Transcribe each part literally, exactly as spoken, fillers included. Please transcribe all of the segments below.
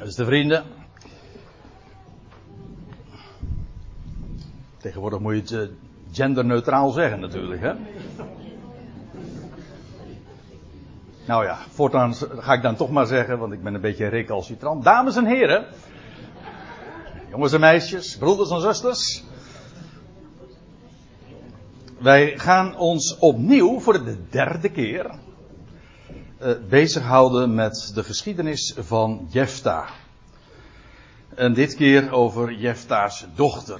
Beste vrienden. Tegenwoordig moet je het uh, genderneutraal zeggen natuurlijk, hè? Nou ja, voortaan ga ik dan toch maar zeggen, want ik ben een beetje recalcitrant. Dames en heren, jongens en meisjes, broeders en zusters. Wij gaan ons opnieuw voor de derde keer uh, bezighouden met de geschiedenis van Jefta. En dit keer over Jefta's dochter.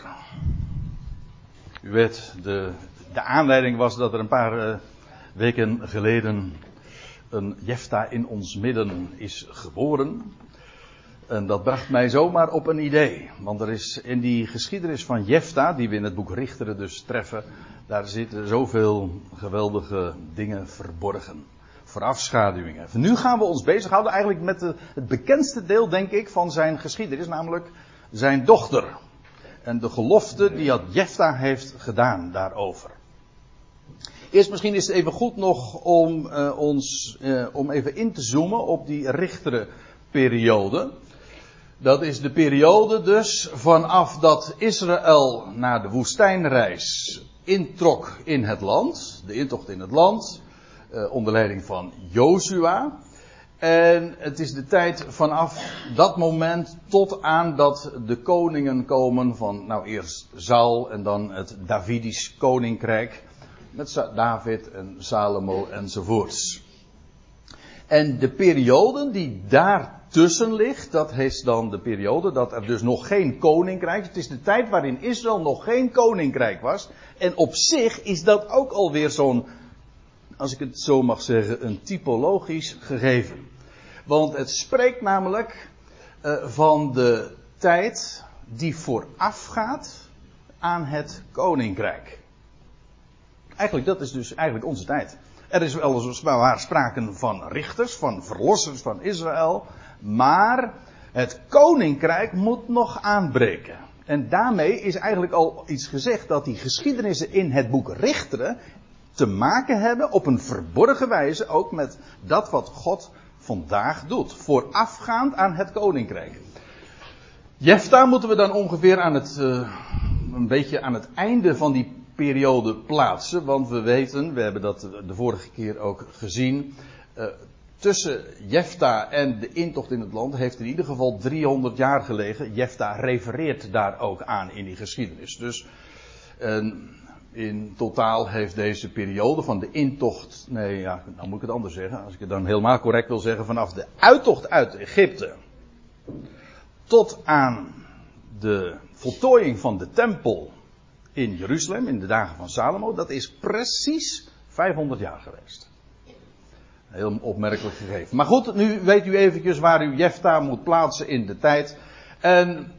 U weet, de, de aanleiding was dat er een paar uh, weken geleden een Jefta in ons midden is geboren. En dat bracht mij zomaar op een idee. Want er is in die geschiedenis van Jefta, die we in het boek Richteren dus treffen, daar zitten zoveel geweldige dingen verborgen. Voorafschaduwingen. Nu gaan we ons bezighouden eigenlijk met de, het bekendste deel, denk ik, van zijn geschiedenis, namelijk zijn dochter. En de gelofte die had Jefta heeft gedaan daarover. Eerst misschien is het even goed nog om uh, ons uh, om even in te zoomen op die Richteren periode. Dat is de periode dus vanaf dat Israël na de woestijnreis introk in het land. De intocht in het land. Uh, onder leiding van Jozua. En het is de tijd vanaf dat moment tot aan dat de koningen komen van, nou eerst Saul en dan het Davidisch koninkrijk. Met David en Salomo enzovoorts. En de periode die daartussen ligt, dat is dan de periode dat er dus nog geen koninkrijk. Het is de tijd waarin Israël nog geen koninkrijk was. En op zich is dat ook alweer zo'n, als ik het zo mag zeggen, een typologisch gegeven. Want het spreekt namelijk uh, van de tijd die voorafgaat aan het koninkrijk. Eigenlijk, dat is dus eigenlijk onze tijd. Er is weliswaar sprake van richters, van verlossers van Israël. Maar het koninkrijk moet nog aanbreken. En daarmee is eigenlijk al iets gezegd dat die geschiedenissen in het boek Richteren te maken hebben op een verborgen wijze ook met dat wat God vandaag doet. Voorafgaand aan het koninkrijk. Jefta moeten we dan ongeveer aan het, uh, een beetje aan het einde van die periode plaatsen. Want we weten, we hebben dat de vorige keer ook gezien. Uh, tussen Jefta en de intocht in het land heeft in ieder geval driehonderd jaar gelegen. Jefta refereert daar ook aan in die geschiedenis. Dus uh, in totaal heeft deze periode van de intocht, nee ja, nou moet ik het anders zeggen. Als ik het dan helemaal correct wil zeggen, vanaf de uittocht uit Egypte tot aan de voltooiing van de tempel in Jeruzalem, in de dagen van Salomo, dat is precies vijfhonderd jaar geweest. Heel opmerkelijk gegeven. Maar goed, nu weet u eventjes waar u Jefta moet plaatsen in de tijd. En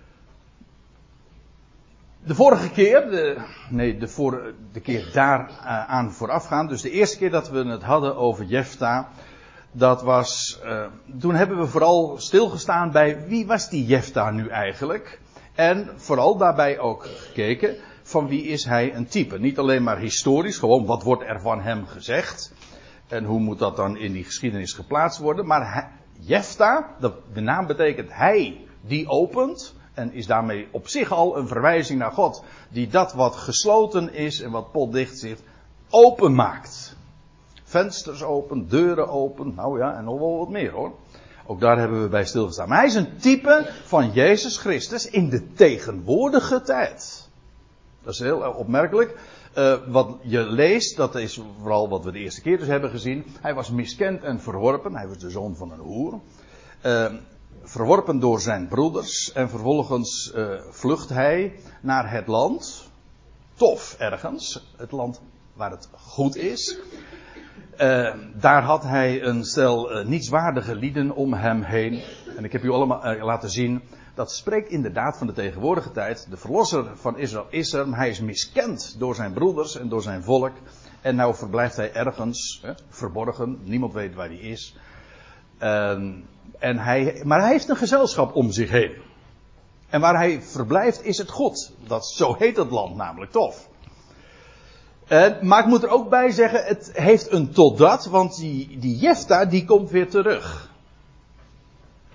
de vorige keer, de, nee, de, voor, de keer daaraan voorafgaan, dus de eerste keer dat we het hadden over Jefta, dat was, uh, toen hebben we vooral stilgestaan bij wie was die Jefta nu eigenlijk? En vooral daarbij ook gekeken van wie is hij een type. Niet alleen maar historisch, gewoon wat wordt er van hem gezegd. En hoe moet dat dan in die geschiedenis geplaatst worden. Maar hij, Jefta, de naam betekent hij die opent. En is daarmee op zich al een verwijzing naar God. Die dat wat gesloten is en wat potdicht zit, openmaakt. Vensters open, deuren open. Nou ja, en nog wel wat meer hoor. Ook daar hebben we bij stilgestaan. Maar hij is een type van Jezus Christus in de tegenwoordige tijd. Dat is heel opmerkelijk. Uh, wat je leest, dat is vooral wat we de eerste keer dus hebben gezien. Hij was miskend en verworpen. Hij was de zoon van een hoer. Uh, verworpen door zijn broeders. En vervolgens uh, vlucht hij naar het land. Tof ergens. Het land waar het goed is. Uh, daar had hij een stel uh, nietswaardige lieden om hem heen. En ik heb u allemaal uh, laten zien. Dat spreekt inderdaad van de tegenwoordige tijd. De verlosser van Israël is er. Hij is miskend door zijn broeders en door zijn volk. En nou verblijft hij ergens. Hè, verborgen. Niemand weet waar hij is. Uh, en hij, maar hij heeft een gezelschap om zich heen. En waar hij verblijft is het goed. Dat, zo heet het land namelijk. Tof. Uh, maar ik moet er ook bij zeggen, het heeft een totdat, want die, die Jefta die komt weer terug.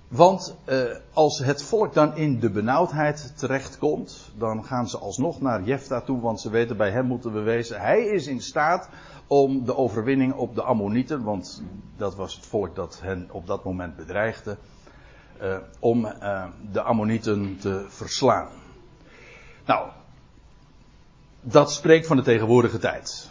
Want uh, als het volk dan in de benauwdheid terechtkomt, dan gaan ze alsnog naar Jefta toe, want ze weten bij hem moeten we wezen. Hij is in staat om de overwinning op de Ammonieten, want dat was het volk dat hen op dat moment bedreigde, uh, om uh, de Ammonieten te verslaan. Nou, dat spreekt van de tegenwoordige tijd.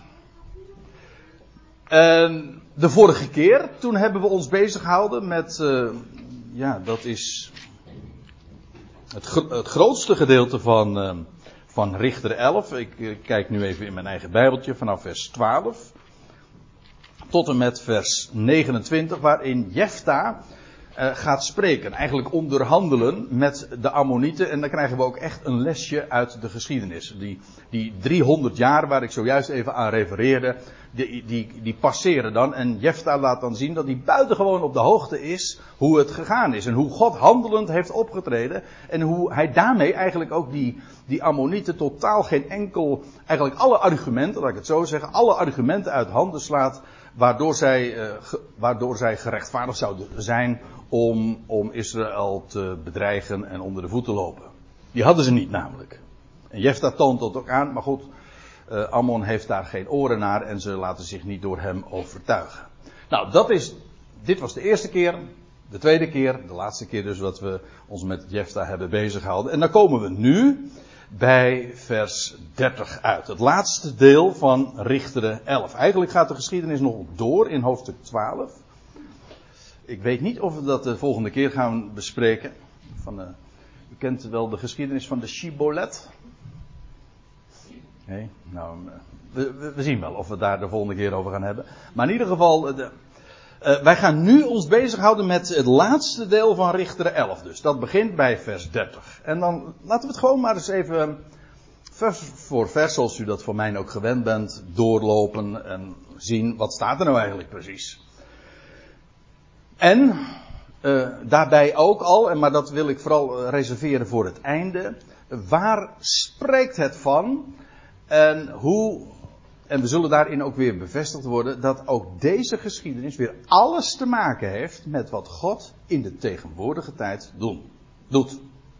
En de vorige keer, toen hebben we ons bezig gehouden met, uh, ja, dat is het, gro- het grootste gedeelte van, uh, van Richter elf. Ik uh, kijk nu even in mijn eigen Bijbeltje vanaf vers twaalf tot en met vers negenentwintig, waarin Jefta uh, gaat spreken, eigenlijk onderhandelen met de Ammonieten. En dan krijgen we ook echt een lesje uit de geschiedenis. Die, die driehonderd jaar waar ik zojuist even aan refereerde, die, die, die passeren dan. En Jefta laat dan zien dat hij buitengewoon op de hoogte is hoe het gegaan is. En hoe God handelend heeft opgetreden. En hoe hij daarmee eigenlijk ook die, die Ammonieten totaal geen enkel, eigenlijk alle argumenten, laat ik het zo zeggen, alle argumenten uit handen slaat. Waardoor zij, uh, ge, waardoor zij gerechtvaardigd zouden zijn om, om Israël te bedreigen en onder de voet te lopen. Die hadden ze niet namelijk. En Jefta toont dat ook aan, maar goed, uh, Ammon heeft daar geen oren naar en ze laten zich niet door hem overtuigen. Nou, dat is, dit was de eerste keer, de tweede keer, de laatste keer dus dat we ons met Jefta hebben bezig gehouden. En dan komen we nu bij vers dertig uit. Het laatste deel van Richteren elf. Eigenlijk gaat de geschiedenis nog door in hoofdstuk twaalf. Ik weet niet of we dat de volgende keer gaan bespreken. Van, uh, u kent wel de geschiedenis van de Shibolet. Nee, nou, we, we, we zien wel of we het daar de volgende keer over gaan hebben. Maar in ieder geval, de, uh, wij gaan nu ons bezighouden met het laatste deel van Richteren elf. Dus dat begint bij vers dertig. En dan laten we het gewoon maar eens even vers voor vers, zoals u dat van mij ook gewend bent, doorlopen en zien wat staat er nou eigenlijk precies. En uh, daarbij ook al, en maar dat wil ik vooral reserveren voor het einde, waar spreekt het van en hoe, en we zullen daarin ook weer bevestigd worden, dat ook deze geschiedenis weer alles te maken heeft met wat God in de tegenwoordige tijd doen, doet.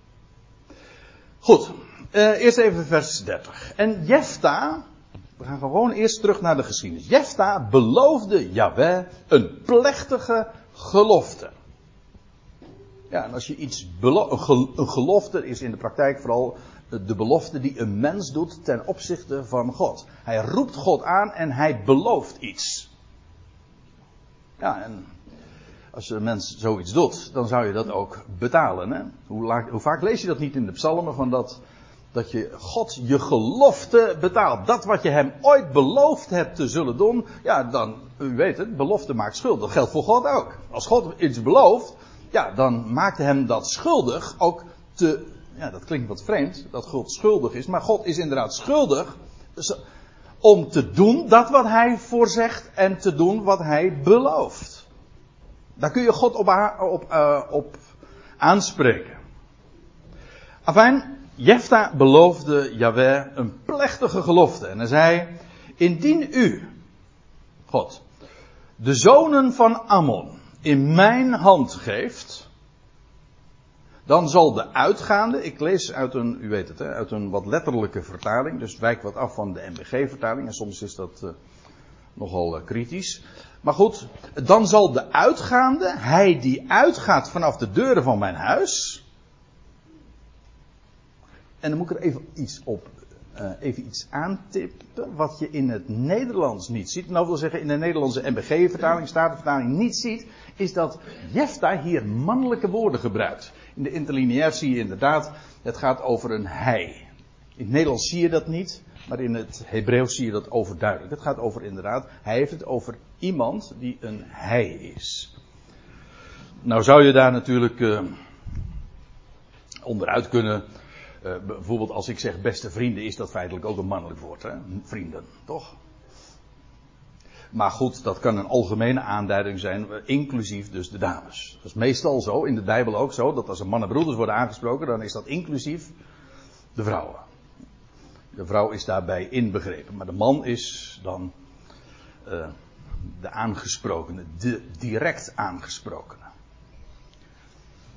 Goed, uh, eerst even vers dertig. En Jefta, we gaan gewoon eerst terug naar de geschiedenis. Jefta beloofde Jahweh een plechtige gelofte. Ja, en als je iets belo- een, gel- een gelofte is in de praktijk vooral de belofte die een mens doet ten opzichte van God. Hij roept God aan en hij belooft iets. Ja, en als een mens zoiets doet, dan zou je dat ook betalen. Hè? Hoe, la- hoe vaak lees je dat niet in de psalmen, van dat, dat je God je gelofte betaalt. Dat wat je hem ooit beloofd hebt te zullen doen, ja, dan, u weet het, belofte maakt schuld. Dat geldt voor God ook. Als God iets belooft, ja, dan maakt hem dat schuldig ook te, ja, dat klinkt wat vreemd, dat God schuldig is, maar God is inderdaad schuldig dus, om te doen dat wat hij voorzegt en te doen wat hij belooft. Daar kun je God op, op, uh, op aanspreken. Afijn, Jefta beloofde Jahweh een plechtige gelofte. En hij zei, indien u, God, de zonen van Ammon in mijn hand geeft, dan zal de uitgaande, ik lees uit een, u weet het, hè, uit een wat letterlijke vertaling, dus het wijkt wat af van de M B G-vertaling en soms is dat uh, nogal uh, kritisch. Maar goed, dan zal de uitgaande, hij die uitgaat vanaf de deuren van mijn huis. En dan moet ik er even iets op, uh, even iets aantippen, wat je in het Nederlands niet ziet. Nou wil zeggen, in de Nederlandse M B G-vertaling, Statenvertaling, niet ziet, is dat Jefta hier mannelijke woorden gebruikt. In de interlineair zie je inderdaad, het gaat over een hij. In het Nederlands zie je dat niet, maar in het Hebreeuws zie je dat overduidelijk. Het gaat over inderdaad, hij heeft het over iemand die een hij is. Nou zou je daar natuurlijk uh, onderuit kunnen, uh, bijvoorbeeld als ik zeg beste vrienden, is dat feitelijk ook een mannelijk woord, hè? Vrienden, toch? Maar goed, dat kan een algemene aanduiding zijn, inclusief dus de dames. Dat is meestal zo, in de Bijbel ook zo, dat als er mannen en broeders worden aangesproken, dan is dat inclusief de vrouwen. De vrouw is daarbij inbegrepen, maar de man is dan uh, de aangesprokene, de direct aangesprokene.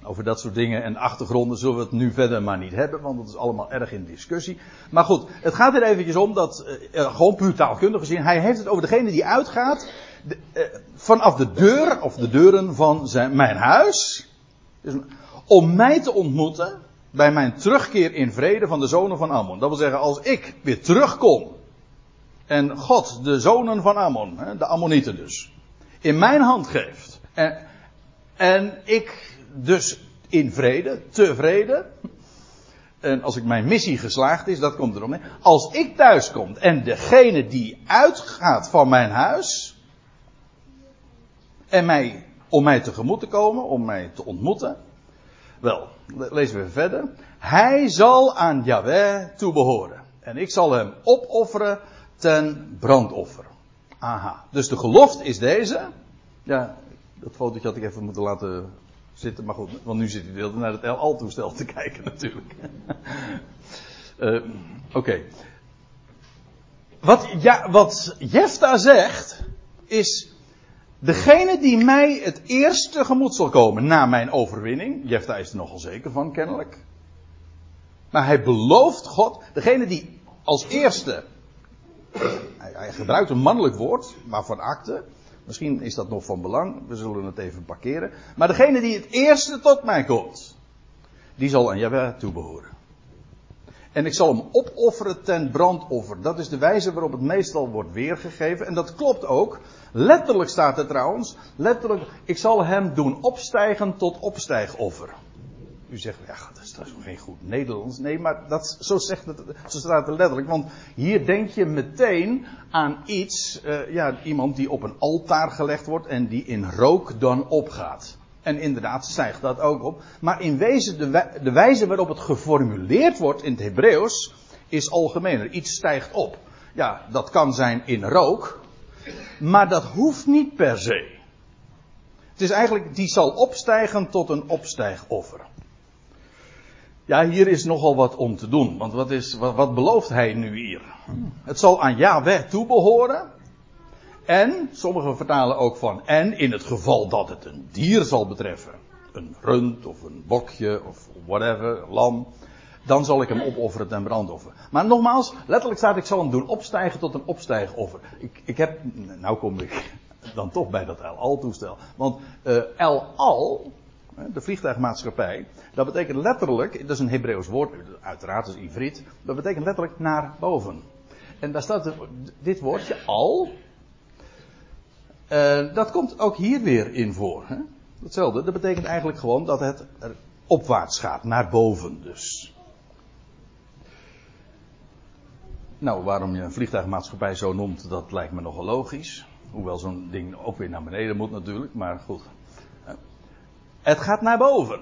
over dat soort dingen en achtergronden zullen we het nu verder maar niet hebben, want dat is allemaal erg in discussie. Maar goed, het gaat er eventjes om dat, uh, gewoon puur taalkundig gezien, hij heeft het over degene die uitgaat de, uh, vanaf de deur, of de deuren van zijn, mijn huis, dus, om mij te ontmoeten bij mijn terugkeer in vrede van de zonen van Ammon. Dat wil zeggen, als ik weer terugkom en God de zonen van Ammon, de Ammonieten dus, in mijn hand geeft. En, en ik dus in vrede, tevreden. En als ik mijn missie geslaagd is, dat komt erom. Als ik thuis kom en degene die uitgaat van mijn huis. En mij, om mij tegemoet te komen, om mij te ontmoeten. Wel, lezen we verder. Hij zal aan Yahweh toebehoren. En ik zal hem opofferen ten brandoffer. Aha. Dus de gelofte is deze. Ja, dat fotootje had ik even moeten laten zitten. Maar goed, want nu zit hij weer naar het El Al toestel te kijken natuurlijk. uh, Oké. Okay. Wat, ja, wat Jefta zegt is. Degene die mij het eerst tegemoet zal komen na mijn overwinning. Jefta is er nogal zeker van kennelijk. Maar hij belooft God. Degene die als eerste. Hij, hij gebruikt een mannelijk woord. Maar van akte. Misschien is dat nog van belang. We zullen het even parkeren. Maar degene die het eerste tot mij komt. Die zal aan Jahweh toebehoren. En ik zal hem opofferen ten brandoffer. Dat is de wijze waarop het meestal wordt weergegeven. En dat klopt ook. Letterlijk staat er trouwens. Letterlijk. Ik zal hem doen opstijgen tot opstijgoffer. U zegt, ja, dat is toch geen goed Nederlands. Nee, maar dat, zo, zegt het, zo staat het letterlijk. Want hier denk je meteen aan iets. Uh, ja, iemand die op een altaar gelegd wordt. En die in rook dan opgaat. En inderdaad stijgt dat ook op. Maar in wezen, de, wij, de wijze waarop het geformuleerd wordt in het Hebreeuws. Is algemener. Iets stijgt op. Ja, dat kan zijn in rook. Maar dat hoeft niet per se. Het is eigenlijk, die zal opstijgen tot een opstijgoffer. Ja, hier is nogal wat om te doen. Want wat, is, wat, wat belooft hij nu hier? Het zal aan Yahweh toebehoren. En, sommigen vertalen ook van, en in het geval dat het een dier zal betreffen. Een rund of een bokje of whatever, een lam. Dan zal ik hem opofferen ten brandoffer. Maar nogmaals, letterlijk staat, ik zal hem doen opstijgen tot een opstijgoffer. Ik, ik heb, nou kom ik dan toch bij dat El Al toestel. Want uh, El Al, de vliegtuigmaatschappij, dat betekent letterlijk, dat is een Hebreeuws woord, uiteraard is Ivriet, dat betekent letterlijk naar boven. En daar staat dit woordje al, uh, dat komt ook hier weer in voor. Hè? Hetzelfde, dat betekent eigenlijk gewoon dat het er opwaarts gaat, naar boven dus. Nou, waarom je een vliegtuigmaatschappij zo noemt, dat lijkt me nogal logisch. Hoewel zo'n ding ook weer naar beneden moet natuurlijk, maar goed. Het gaat naar boven.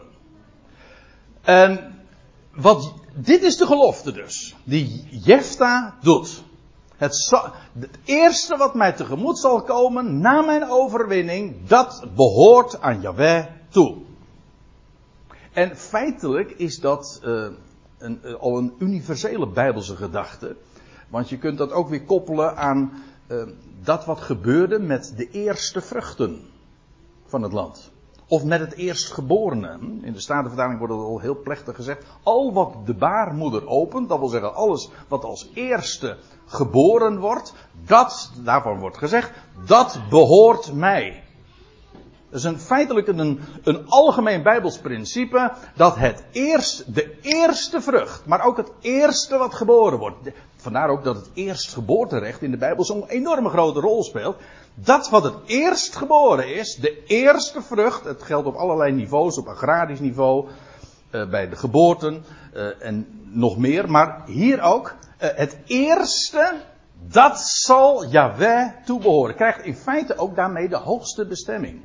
En wat, dit is de gelofte dus, die Jefta doet. Het, zal, het eerste wat mij tegemoet zal komen na mijn overwinning, dat behoort aan Yahweh toe. En feitelijk is dat uh, een, uh, al een universele Bijbelse gedachte. Want je kunt dat ook weer koppelen aan uh, dat wat gebeurde met de eerste vruchten van het land. Of met het eerstgeborene. In de Statenvertaling wordt het al heel plechtig gezegd. Al wat de baarmoeder opent, dat wil zeggen alles wat als eerste geboren wordt. Dat, daarvan wordt gezegd, dat behoort mij. Dat is een feitelijk een, een algemeen Bijbels principe. Dat het eerst, de eerste vrucht, maar ook het eerste wat geboren wordt. Vandaar ook dat het eerstgeboorterecht in de Bijbel zo'n enorme grote rol speelt. Dat wat het eerst geboren is, de eerste vrucht, het geldt op allerlei niveaus, op agrarisch niveau, uh, bij de geboorten uh, en nog meer, maar hier ook, uh, het eerste, dat zal Yahweh toebehoren. Krijgt in feite ook daarmee de hoogste bestemming.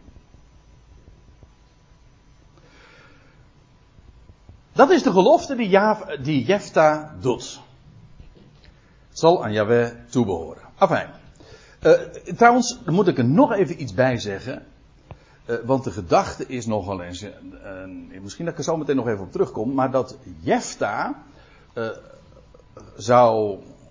Dat is de gelofte die, Jav, die Jefta doet. Het zal aan Yahweh toebehoren. Afijn. Uh, trouwens, daar moet ik er nog even iets bij zeggen. Uh, want de gedachte is nogal eens. Uh, uh, misschien dat ik er zo meteen nog even op terugkom. Maar dat Jefta uh, zou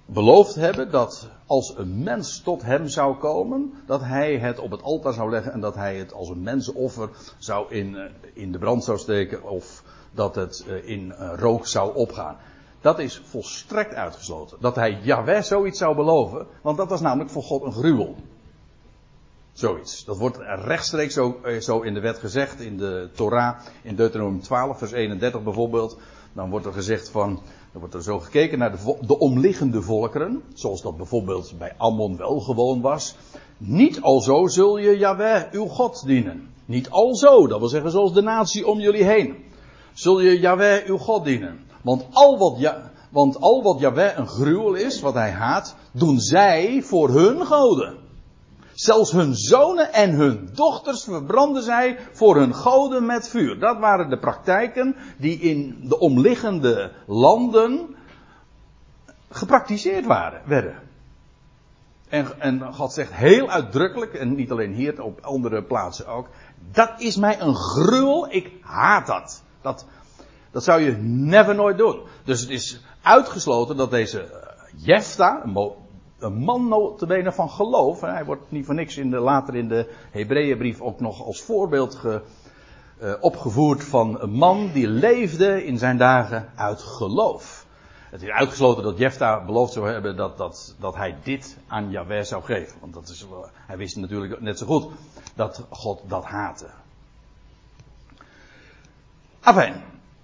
beloofd hebben dat als een mens tot hem zou komen, dat hij het op het altaar zou leggen en dat hij het als een mensenoffer zou in, in de brand zou steken of dat het in rook zou opgaan. Dat is volstrekt uitgesloten. Dat hij Yahweh zoiets zou beloven, want dat was namelijk voor God een gruwel. Zoiets. Dat wordt rechtstreeks zo, zo in de wet gezegd, in de Torah, in Deuteronomium twaalf, vers eenendertig bijvoorbeeld. Dan wordt er gezegd van, dan wordt er zo gekeken naar de, de omliggende volkeren, zoals dat bijvoorbeeld bij Ammon wel gewoon was. Niet alzo zul je Yahweh uw God dienen. Niet alzo, dat wil zeggen zoals de natie om jullie heen. Zul je Yahweh uw God dienen. Want al wat, ja, want al wat Yahweh een gruwel is, wat hij haat, doen zij voor hun goden. Zelfs hun zonen en hun dochters verbranden zij voor hun goden met vuur. Dat waren de praktijken die in de omliggende landen gepraktiseerd waren, werden. En, en God zegt heel uitdrukkelijk, en niet alleen hier, op andere plaatsen ook, dat is mij een gruwel, ik haat dat. Dat, dat zou je never nooit doen. Dus het is uitgesloten dat deze Jefta, een mo- Een man notabene van geloof. Hij wordt niet voor niks in de, later in de Hebreeënbrief ook nog als voorbeeld ge, uh, opgevoerd van een man die leefde in zijn dagen uit geloof. Het is uitgesloten dat Jefta beloofd zou hebben dat, dat, dat hij dit aan Yahweh zou geven. Want dat is, hij wist natuurlijk net zo goed dat God dat haatte. Afijn.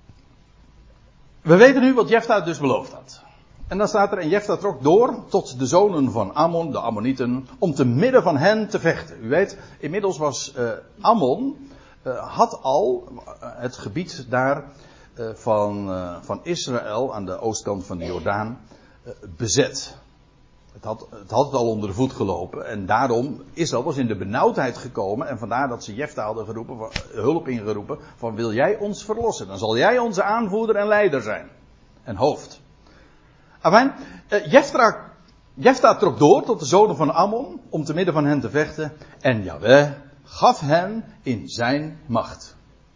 We weten nu wat Jefta dus beloofd had. En dan staat er, en Jefta trok door tot de zonen van Ammon, de Ammonieten, om te midden van hen te vechten. U weet, inmiddels was uh, Ammon, uh, had al uh, het gebied daar uh, van, uh, van Israël aan de oostkant van de Jordaan uh, bezet. Het had, het had het al onder de voet gelopen en daarom Israël was in de benauwdheid gekomen en vandaar dat ze Jefta hadden geroepen, hulp ingeroepen, van wil jij ons verlossen? Dan zal jij onze aanvoerder en leider zijn. En hoofd. Afijn, uh, Jefta, Jefta trok door tot de zonen van Ammon om te midden van hen te vechten. En Yahweh gaf hen in zijn macht.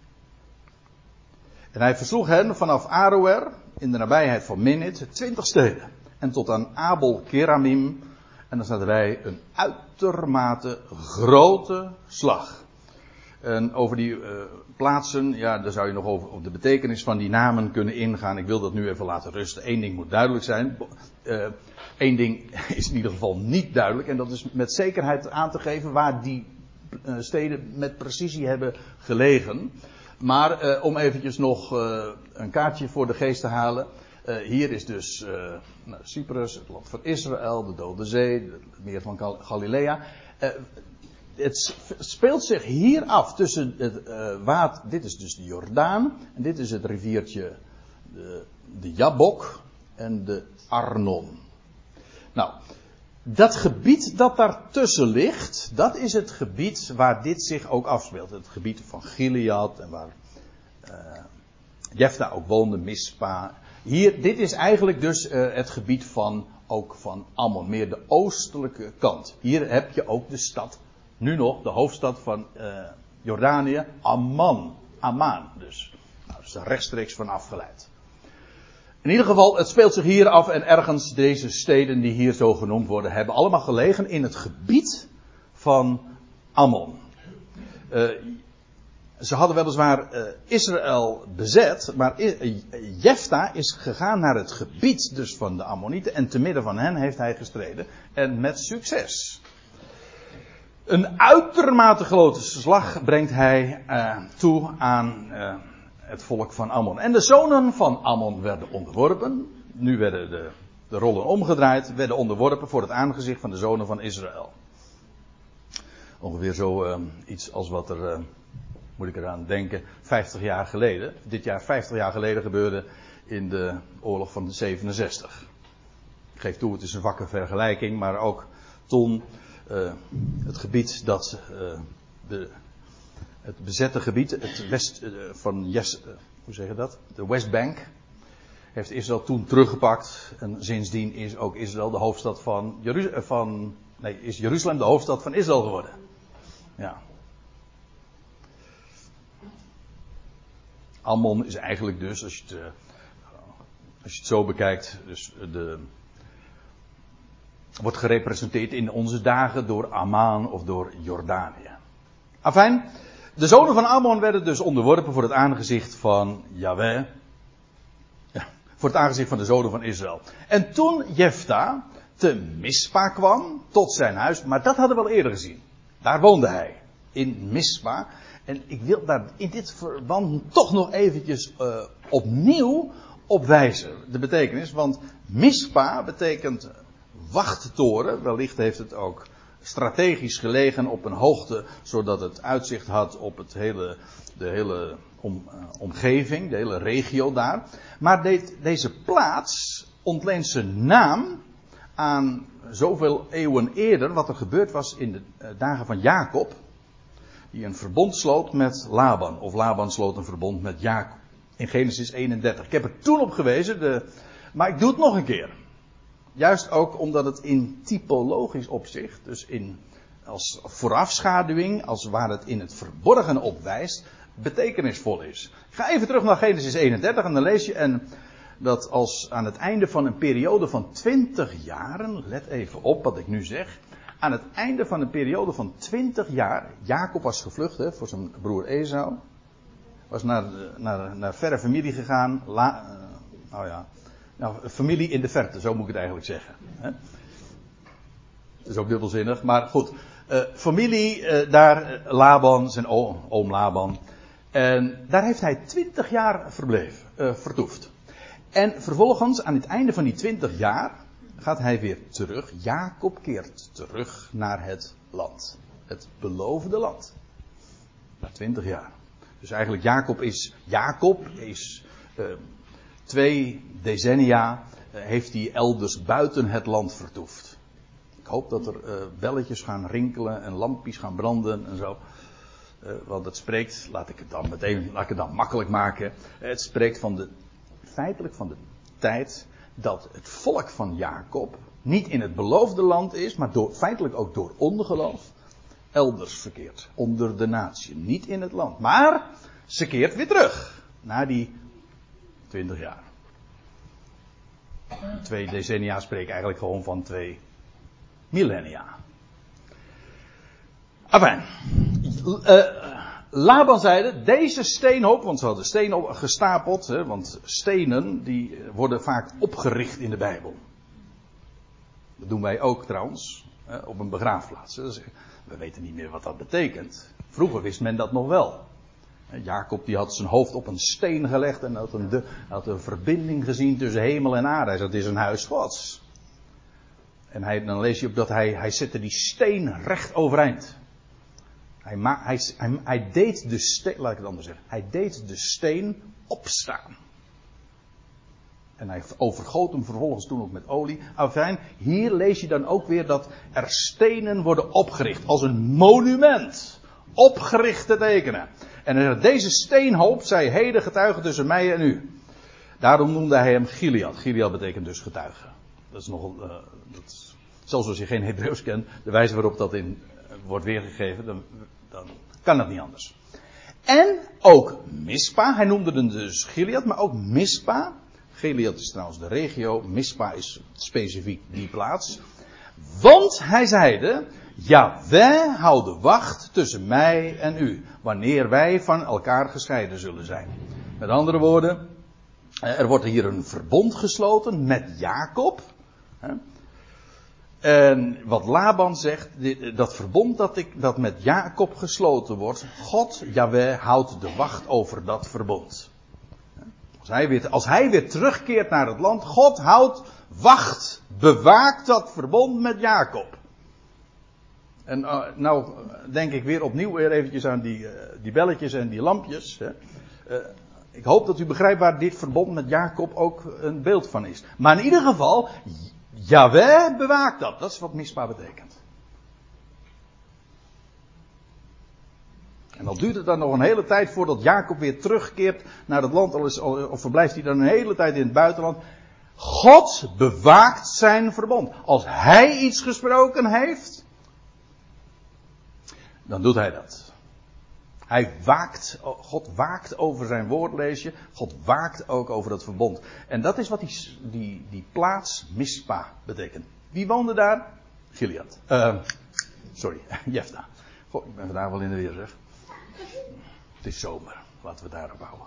En hij versloeg hen vanaf Aroer in de nabijheid van Minit, twintig steden. En tot aan Abel Keramim. En dan staat erbij een uitermate grote slag. En over die uh, plaatsen, ja, daar zou je nog over op de betekenis van die namen kunnen ingaan. Ik wil dat nu even laten rusten. Eén ding moet duidelijk zijn. Uh, Eén ding is in ieder geval niet duidelijk. En dat is met zekerheid aan te geven waar die uh, steden met precisie hebben gelegen. Maar uh, om eventjes nog uh, een kaartje voor de geest te halen. Uh, hier is dus uh, nou, Cyprus, het land van Israël, de Dode Zee, het meer van Gal- Galilea. Uh, Het speelt zich hier af tussen het uh, water. Dit is dus de Jordaan. En dit is het riviertje de, de Jabok en de Arnon. Nou, dat gebied dat daartussen ligt, dat is het gebied waar dit zich ook afspeelt. Het gebied van Gilead en waar uh, Jefta ook woonde, Mispa. Hier, dit is eigenlijk dus uh, het gebied van, ook van Ammon, meer de oostelijke kant. Hier heb je ook de stad. Nu nog de hoofdstad van uh, Jordanië, Amman. Amman dus. Nou, dat is daar rechtstreeks van afgeleid. In ieder geval, het speelt zich hier af en ergens deze steden die hier zo genoemd worden, hebben allemaal gelegen in het gebied van Ammon. Uh, ze hadden weliswaar uh, Israël bezet, maar uh, Jefta is gegaan naar het gebied dus van de Ammonieten en te midden van hen heeft hij gestreden. En met succes. Een uitermate grote slag brengt hij uh, toe aan uh, het volk van Ammon. En de zonen van Ammon werden onderworpen. Nu werden de, de rollen omgedraaid. Werden onderworpen voor het aangezicht van de zonen van Israël. Ongeveer zo uh, iets als wat er, uh, moet ik eraan denken, vijftig jaar geleden. Dit jaar vijftig jaar geleden gebeurde in de oorlog van de zevenenzestig. Ik geef toe, het is een zwakke vergelijking, maar ook toen... Uh, het gebied dat uh, de, het bezette gebied, het west uh, van yes, uh, hoe zeg je dat? De Westbank heeft Israël toen teruggepakt en sindsdien is ook Israël de hoofdstad van, Jeruz- uh, van nee, is Jeruzalem de hoofdstad van Israël geworden. Ja. Ammon is eigenlijk dus, als je het, uh, als je het zo bekijkt, dus de wordt gerepresenteerd in onze dagen door Amman of door Jordanië. Afijn, de zonen van Ammon werden dus onderworpen voor het aangezicht van Jahweh. Ja, voor het aangezicht van de zonen van Israël. En toen Jefta te Mispa kwam, tot zijn huis, maar dat hadden we al eerder gezien. Daar woonde hij, in Mispa. En ik wil daar in dit verband toch nog eventjes uh, opnieuw op wijzen. De betekenis, want Mispa betekent wachttoren. Wellicht heeft het ook strategisch gelegen op een hoogte, zodat het uitzicht had op het hele, de hele om, uh, omgeving, de hele regio daar. Maar de, deze plaats ontleent zijn naam aan zoveel eeuwen eerder wat er gebeurd was in de uh, dagen van Jacob. Die een verbond sloot met Laban. Of Laban sloot een verbond met Jacob. In Genesis eenendertig. Ik heb er toen op gewezen. De, maar ik doe het nog een keer. Juist ook omdat het in typologisch opzicht. Dus in, als voorafschaduwing. Als waar het in het verborgen op wijst. Betekenisvol is. Ik ga even terug naar Genesis eenendertig. En dan lees je. En dat als aan het einde van een periode van twintig jaren. Let even op wat ik nu zeg. Aan het einde van een periode van twintig jaar. Jacob was gevlucht hè, voor zijn broer Esau. Was naar, naar, naar verre familie gegaan. La, uh, nou ja. Nou, familie in de verte, zo moet ik het eigenlijk zeggen. Hè. Dat is ook dubbelzinnig, maar goed. Uh, familie, uh, daar Laban, zijn oom, oom Laban. En daar heeft hij twintig jaar verbleven, uh, vertoefd. En vervolgens, aan het einde van die twintig jaar, gaat hij weer terug. Jacob keert terug naar het land. Het beloofde land. Na twintig jaar. Dus eigenlijk Jacob is, Jacob is uh, twee decennia uh, heeft hij elders buiten het land vertoefd. Ik hoop dat er uh, belletjes gaan rinkelen en lampjes gaan branden en zo. Uh, want het spreekt, laat ik het dan meteen, laat ik het dan makkelijk maken. Het spreekt van de, feitelijk van de tijd dat het volk van Jacob niet in het beloofde land is, maar door, feitelijk ook door ongeloof elders verkeert. Onder de natie. Niet in het land. Maar ze keert weer terug. Na die twintig jaar. Twee decennia spreken eigenlijk gewoon van twee millennia. Afijn. Uh, Laban zeide, deze steenhoop, want ze hadden stenen gestapeld, hè, want stenen die worden vaak opgericht in de Bijbel. Dat doen wij ook trouwens, hè, op een begraafplaats. Dus we weten niet meer wat dat betekent. Vroeger wist men dat nog wel. Jacob die had zijn hoofd op een steen gelegd en had een, de, had een verbinding gezien tussen hemel en aarde. Hij zei, dat is een huis Gods. En hij, dan lees je op dat hij, hij zette die steen recht overeind. Hij, ma, hij, hij, hij deed de steen, laat ik het anders zeggen, hij deed de steen opstaan. En hij overgoot hem vervolgens toen ook met olie. Afijn, hier lees je dan ook weer dat er stenen worden opgericht. Als een monument. Opgericht te tekenen. En deze steenhoop zij heden getuige tussen mij en u. Daarom noemde hij hem Gilead. Gilead betekent dus getuige. Dat is nogal, uh, dat is, zelfs als je geen Hebreeuws kent, de wijze waarop dat in uh, wordt weergegeven, dan, dan kan dat niet anders. En ook Mispa, hij noemde hem dus Gilead, maar ook Mispa. Gilead is trouwens de regio, Mispa is specifiek die plaats. Want hij zeide, ja, wij houden wacht tussen mij en u, wanneer wij van elkaar gescheiden zullen zijn. Met andere woorden, er wordt hier een verbond gesloten met Jacob. En wat Laban zegt, dat verbond dat, ik, dat met Jacob gesloten wordt, God, Jahweh, houdt de wacht over dat verbond. Als hij, weer, als hij weer terugkeert naar het land, God houdt wacht, bewaakt dat verbond met Jacob. En uh, nou denk ik weer opnieuw weer eventjes aan die, uh, die belletjes en die lampjes. Hè. Uh, ik hoop dat u begrijpt waar dit verbond met Jacob ook een beeld van is. Maar in ieder geval, Jahweh bewaakt dat. Dat is wat Mispa betekent. En dan duurt het dan nog een hele tijd voordat Jacob weer terugkeert naar het land. Of verblijft hij dan een hele tijd in het buitenland. God bewaakt zijn verbond. Als hij iets gesproken heeft, dan doet hij dat. Hij waakt, God waakt over zijn woord, lees je. God waakt ook over dat verbond. En dat is wat die, die, die plaats Mispa betekent. Wie woonde daar? Gilead. Uh, sorry, Jefta. Goh, ik ben vandaag wel in de weer, zeg. Het is zomer, laten we daarop houden.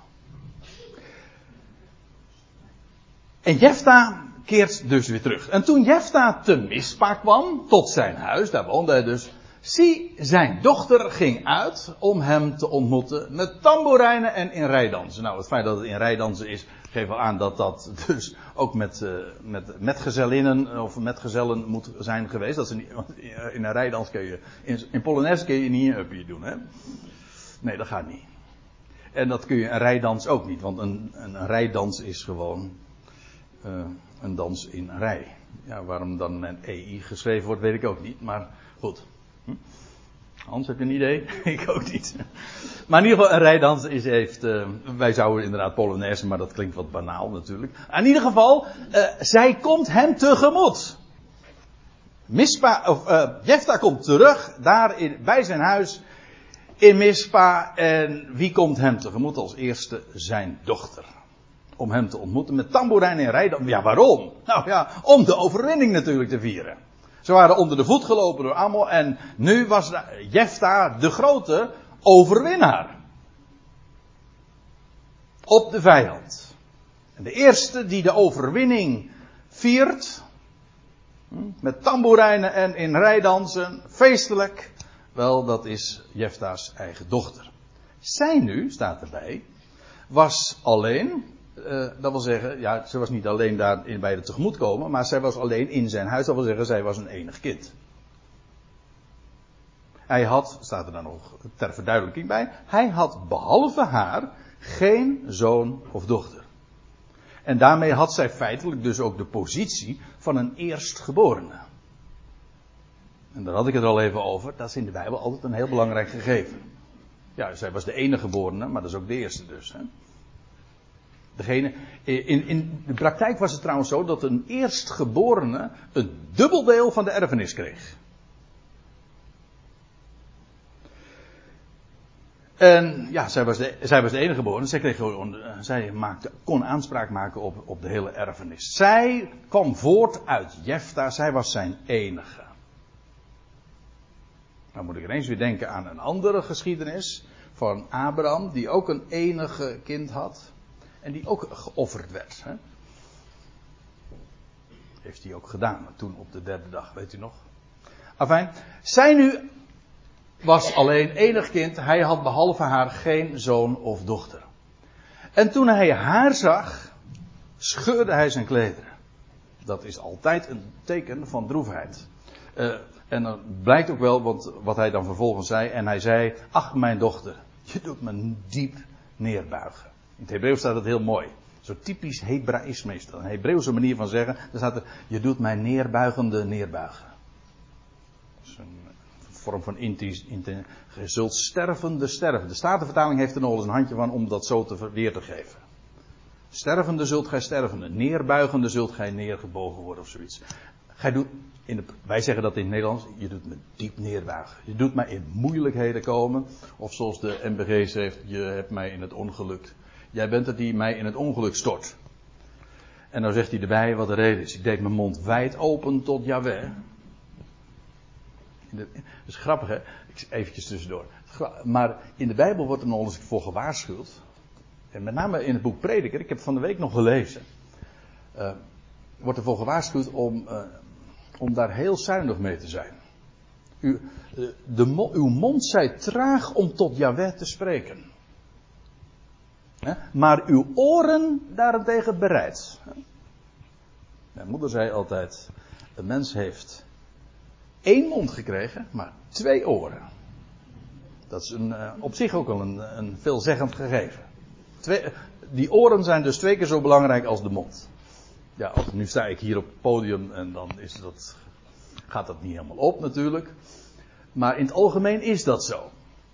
En Jefta keert dus weer terug. En toen Jefta te Mispa kwam, tot zijn huis, daar woonde hij dus. Zie, zijn dochter ging uit om hem te ontmoeten met tamboerijnen en in rijdansen. Nou, het feit dat het in rijdansen is, geeft wel aan dat dat dus ook met, uh, met metgezellinnen of metgezellen moet zijn geweest. Dat ze niet, in een rijdans kun je, in, in Polonaise kun je niet een upje doen, hè. Nee, dat gaat niet. En dat kun je een rijdans ook niet, want een, een, een rijdans is gewoon uh, een dans in een rij. Ja, waarom dan een E I geschreven wordt, weet ik ook niet, maar goed. Hm? Hans, heb je een idee? Ik ook niet. Maar in ieder geval, een rijdans is, heeft... Uh, wij zouden inderdaad Polonaise, maar dat klinkt wat banaal natuurlijk. In ieder geval, uh, zij komt hem tegemoet. Mispa, of, uh, Jefta komt terug, daar in, bij zijn huis in Mispa. En wie komt hem tegemoet als eerste? Zijn dochter. Om hem te ontmoeten met tamboerijn en rijdans. Ja, waarom? Nou ja, om de overwinning natuurlijk te vieren. Ze waren onder de voet gelopen door Ammon en nu was Jefta de grote overwinnaar. Op de vijand. En de eerste die de overwinning viert, met tamboerijnen en in rijdansen, feestelijk, wel, dat is Jefta's eigen dochter. Zij nu, staat erbij, was alleen... Uh, dat wil zeggen, ja, ze was niet alleen daar in, bij de tegemoetkomen, maar zij was alleen in zijn huis. Dat wil zeggen, zij was een enig kind. Hij had, staat er dan nog ter verduidelijking bij, hij had behalve haar geen zoon of dochter. En daarmee had zij feitelijk dus ook de positie van een eerstgeborene. En daar had ik het al even over, dat is in de Bijbel altijd een heel belangrijk gegeven. Ja, zij was de enige geborene, maar dat is ook de eerste dus, hè. Degene, in, in de praktijk was het trouwens zo dat een eerstgeborene een dubbeldeel van de erfenis kreeg. En ja, zij was de, zij was de enige geborene. Zij, kreeg gewoon, zij maakte, kon aanspraak maken op, op de hele erfenis. Zij kwam voort uit Jefta. Zij was zijn enige. Dan moet ik ineens weer denken aan een andere geschiedenis van Abraham, die ook een enige kind had. En die ook geofferd werd. Hè? Heeft hij ook gedaan. Toen op de derde dag. Weet u nog? Afijn. Zij nu was alleen enig kind. Hij had behalve haar geen zoon of dochter. En toen hij haar zag. Scheurde hij zijn klederen. Dat is altijd een teken van droefheid. Uh, en dat blijkt ook wel. Want wat hij dan vervolgens zei. En hij zei. Ach mijn dochter. Je doet me diep neerbuigen. In het Hebreeuws staat het heel mooi. Zo typisch Hebraïsme is dat. Een Hebreeuwse manier van zeggen. Daar staat er, je doet mij neerbuigende neerbuigen. Dat is een vorm van inti, inti, je zult stervende sterven. De Statenvertaling heeft er nog eens een handje van om dat zo te, weer te geven. Stervende zult gij stervende. Neerbuigende zult gij neergebogen worden of zoiets. Gij doet, in de, wij zeggen dat in het Nederlands. Je doet me diep neerbuigen. Je doet mij in moeilijkheden komen. Of zoals de M B G zegt. Je hebt mij in het ongeluk. Jij bent het die mij in het ongeluk stort. En dan zegt hij erbij wat de reden is. Ik deed mijn mond wijd open tot Jahweh. Dat is grappig, hè? Eventjes tussendoor. Maar in de Bijbel wordt er nog eens voor gewaarschuwd. En met name in het boek Prediker. Ik heb het van de week nog gelezen. Uh, wordt er voor gewaarschuwd om, uh, om daar heel zuinig mee te zijn. U, uh, de, uw mond zij traag om tot Jahweh te spreken. Maar uw oren daarentegen bereid. Mijn moeder zei altijd. Een mens heeft één mond gekregen, maar twee oren. Dat is een, op zich ook al een, een veelzeggend gegeven. Twee, die oren zijn dus twee keer zo belangrijk als de mond. Ja, nu sta ik hier op het podium en dan is dat, gaat dat niet helemaal op natuurlijk. Maar in het algemeen is dat zo.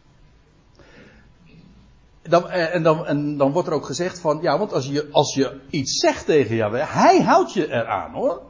Dan, en, dan, en dan wordt er ook gezegd van, ja, want als je, als je iets zegt tegen Jahweh, hij houdt je eraan, hoor.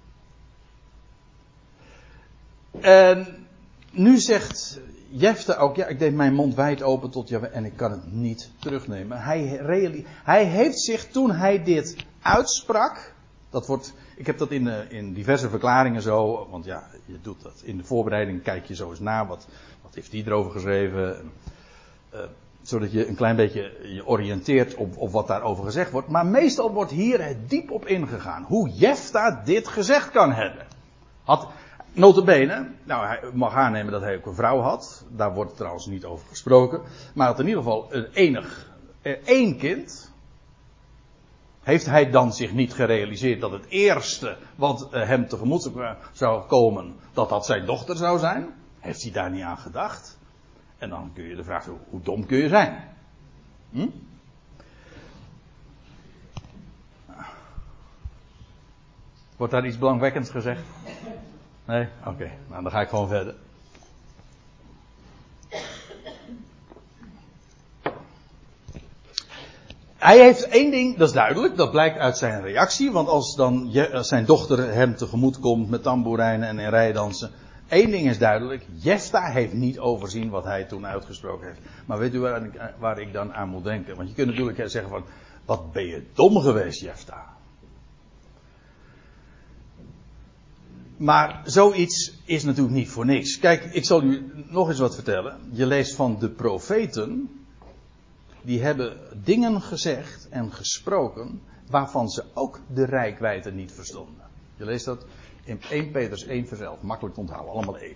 En nu zegt Jefta ook, ja, ik deed mijn mond wijd open tot Jahweh en ik kan het niet terugnemen. Hij, reali- hij heeft zich, toen hij dit uitsprak, dat wordt ik heb dat in, uh, in diverse verklaringen zo, want ja, je doet dat. In de voorbereiding kijk je zo eens na, wat, wat heeft die erover geschreven. Uh, zodat je een klein beetje je oriënteert op, op wat daarover gezegd wordt. Maar meestal wordt hier diep op ingegaan. Hoe Jefta dit gezegd kan hebben. Had, nota bene, nou hij mag aannemen dat hij ook een vrouw had. Daar wordt trouwens niet over gesproken. Maar had in ieder geval een enig, één kind. Heeft hij dan zich niet gerealiseerd dat het eerste wat hem tegemoet zou komen, dat dat zijn dochter zou zijn? Heeft hij daar niet aan gedacht? En dan kun je de vraag stellen, hoe dom kun je zijn? Hm? Wordt daar iets belangwekkends gezegd? Nee? Oké, okay. Nou dan ga ik gewoon verder. Hij heeft één ding, dat is duidelijk, dat blijkt uit zijn reactie. Want als dan je, als zijn dochter hem tegemoet komt met tamboerijnen en in rijdansen. Eén ding is duidelijk, Jefta heeft niet overzien wat hij toen uitgesproken heeft. Maar weet u waar ik, waar ik dan aan moet denken? Want je kunt natuurlijk zeggen van, wat ben je dom geweest, Jefta. Maar zoiets is natuurlijk niet voor niks. Kijk, ik zal u nog eens wat vertellen. Je leest van de profeten. Die hebben dingen gezegd en gesproken waarvan ze ook de reikwijdte niet verstonden. Je leest dat in Eerste Petrus één vers elf. Makkelijk te onthouden, allemaal één.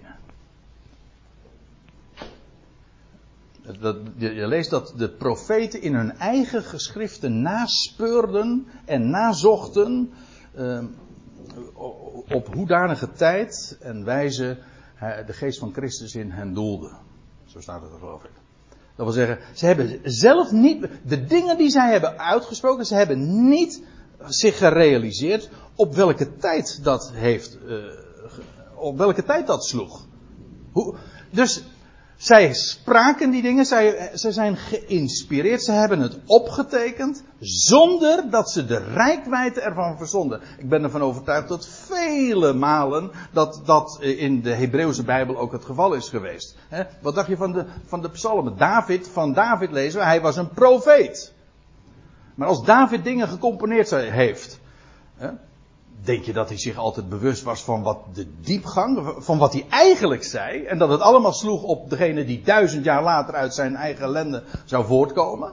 Dat, je leest dat de profeten in hun eigen geschriften naspeurden en nazochten uh, op hoedanige tijd en wijze uh, de geest van Christus in hen doelde. Zo staat het er geloof ik. Dat wil zeggen, ze hebben zelf niet, de dingen die zij hebben uitgesproken, ze hebben niet zich gerealiseerd op welke tijd dat heeft, uh, op welke tijd dat sloeg. Hoe, dus zij spraken die dingen, zij, zij zijn geïnspireerd, ze hebben het opgetekend, zonder dat ze de reikwijdte ervan verstonden. Ik ben ervan overtuigd dat vele malen dat dat in de Hebreeuwse Bijbel ook het geval is geweest. He, wat dacht je van de, van de psalmen? David, van David lezen we, hij was een profeet. Maar als David dingen gecomponeerd heeft, he, denk je dat hij zich altijd bewust was van wat de diepgang, van wat hij eigenlijk zei, en dat het allemaal sloeg op degene die duizend jaar later uit zijn eigen ellende zou voortkomen?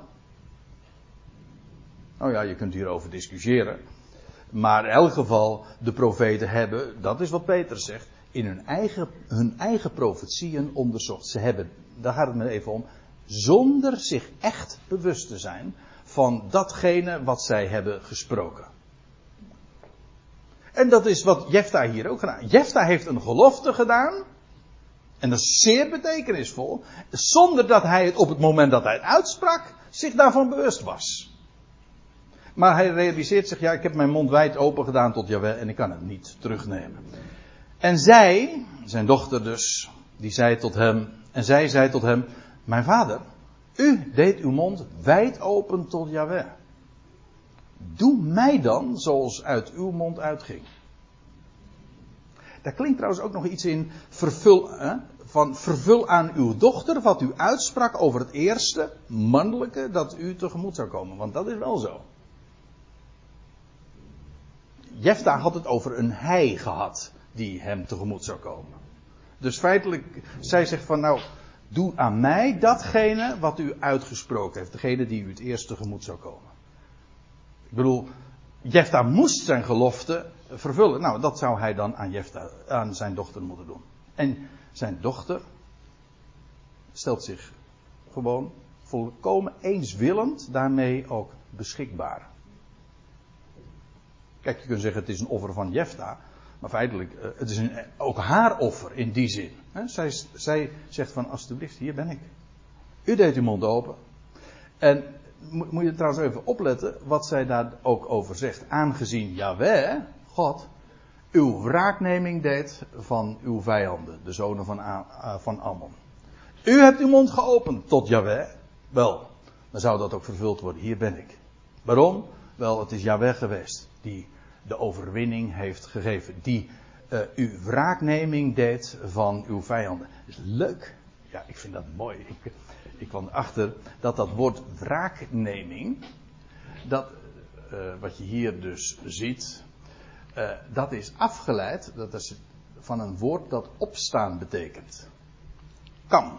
Nou ja, je kunt hierover discussiëren. Maar in elk geval, de profeten hebben, dat is wat Petrus zegt, in hun eigen, hun eigen profetieën onderzocht. Ze hebben, daar gaat het me even om, zonder zich echt bewust te zijn van datgene wat zij hebben gesproken. En dat is wat Jefta hier ook gedaan. Jefta heeft een gelofte gedaan. En dat is zeer betekenisvol. Zonder dat hij het op het moment dat hij het uitsprak, zich daarvan bewust was. Maar hij realiseert zich, ja, ik heb mijn mond wijd open gedaan tot Jahweh en ik kan het niet terugnemen. En zij, zijn dochter dus, die zei tot hem, en zij zei tot hem, mijn vader, u deed uw mond wijd open tot Jahweh. Doe mij dan zoals uit uw mond uitging. Daar klinkt trouwens ook nog iets in. Vervul, hè, van vervul aan uw dochter wat u uitsprak over het eerste mannelijke dat u tegemoet zou komen. Want dat is wel zo. Jefta had het over een hij gehad die hem tegemoet zou komen. Dus feitelijk, zij zegt van nou, doe aan mij datgene wat u uitgesproken heeft. Degene die u het eerst tegemoet zou komen. Ik bedoel, Jefta moest zijn gelofte vervullen. Nou, dat zou hij dan aan, Jefta, aan zijn dochter moeten doen. En zijn dochter stelt zich gewoon volkomen eenswillend daarmee ook beschikbaar. Kijk, je kunt zeggen het is een offer van Jefta. Maar feitelijk, het is een, ook haar offer in die zin. Zij, zij zegt van alsjeblieft, hier ben ik. U deed uw mond open. En moet je trouwens even opletten wat zij daar ook over zegt. Aangezien Jahweh, God, uw wraakneming deed van uw vijanden, de zonen van, A- van Ammon. U hebt uw mond geopend tot Jahweh. Wel, dan zou dat ook vervuld worden. Hier ben ik. Waarom? Wel, het is Jahweh geweest die de overwinning heeft gegeven. Die uh, uw wraakneming deed van uw vijanden. Dat is leuk. Ja, ik vind dat mooi. Ik, ik kwam erachter dat dat woord wraakneming, dat uh, wat je hier dus ziet, Uh, dat is afgeleid, dat is van een woord dat opstaan betekent. Kam.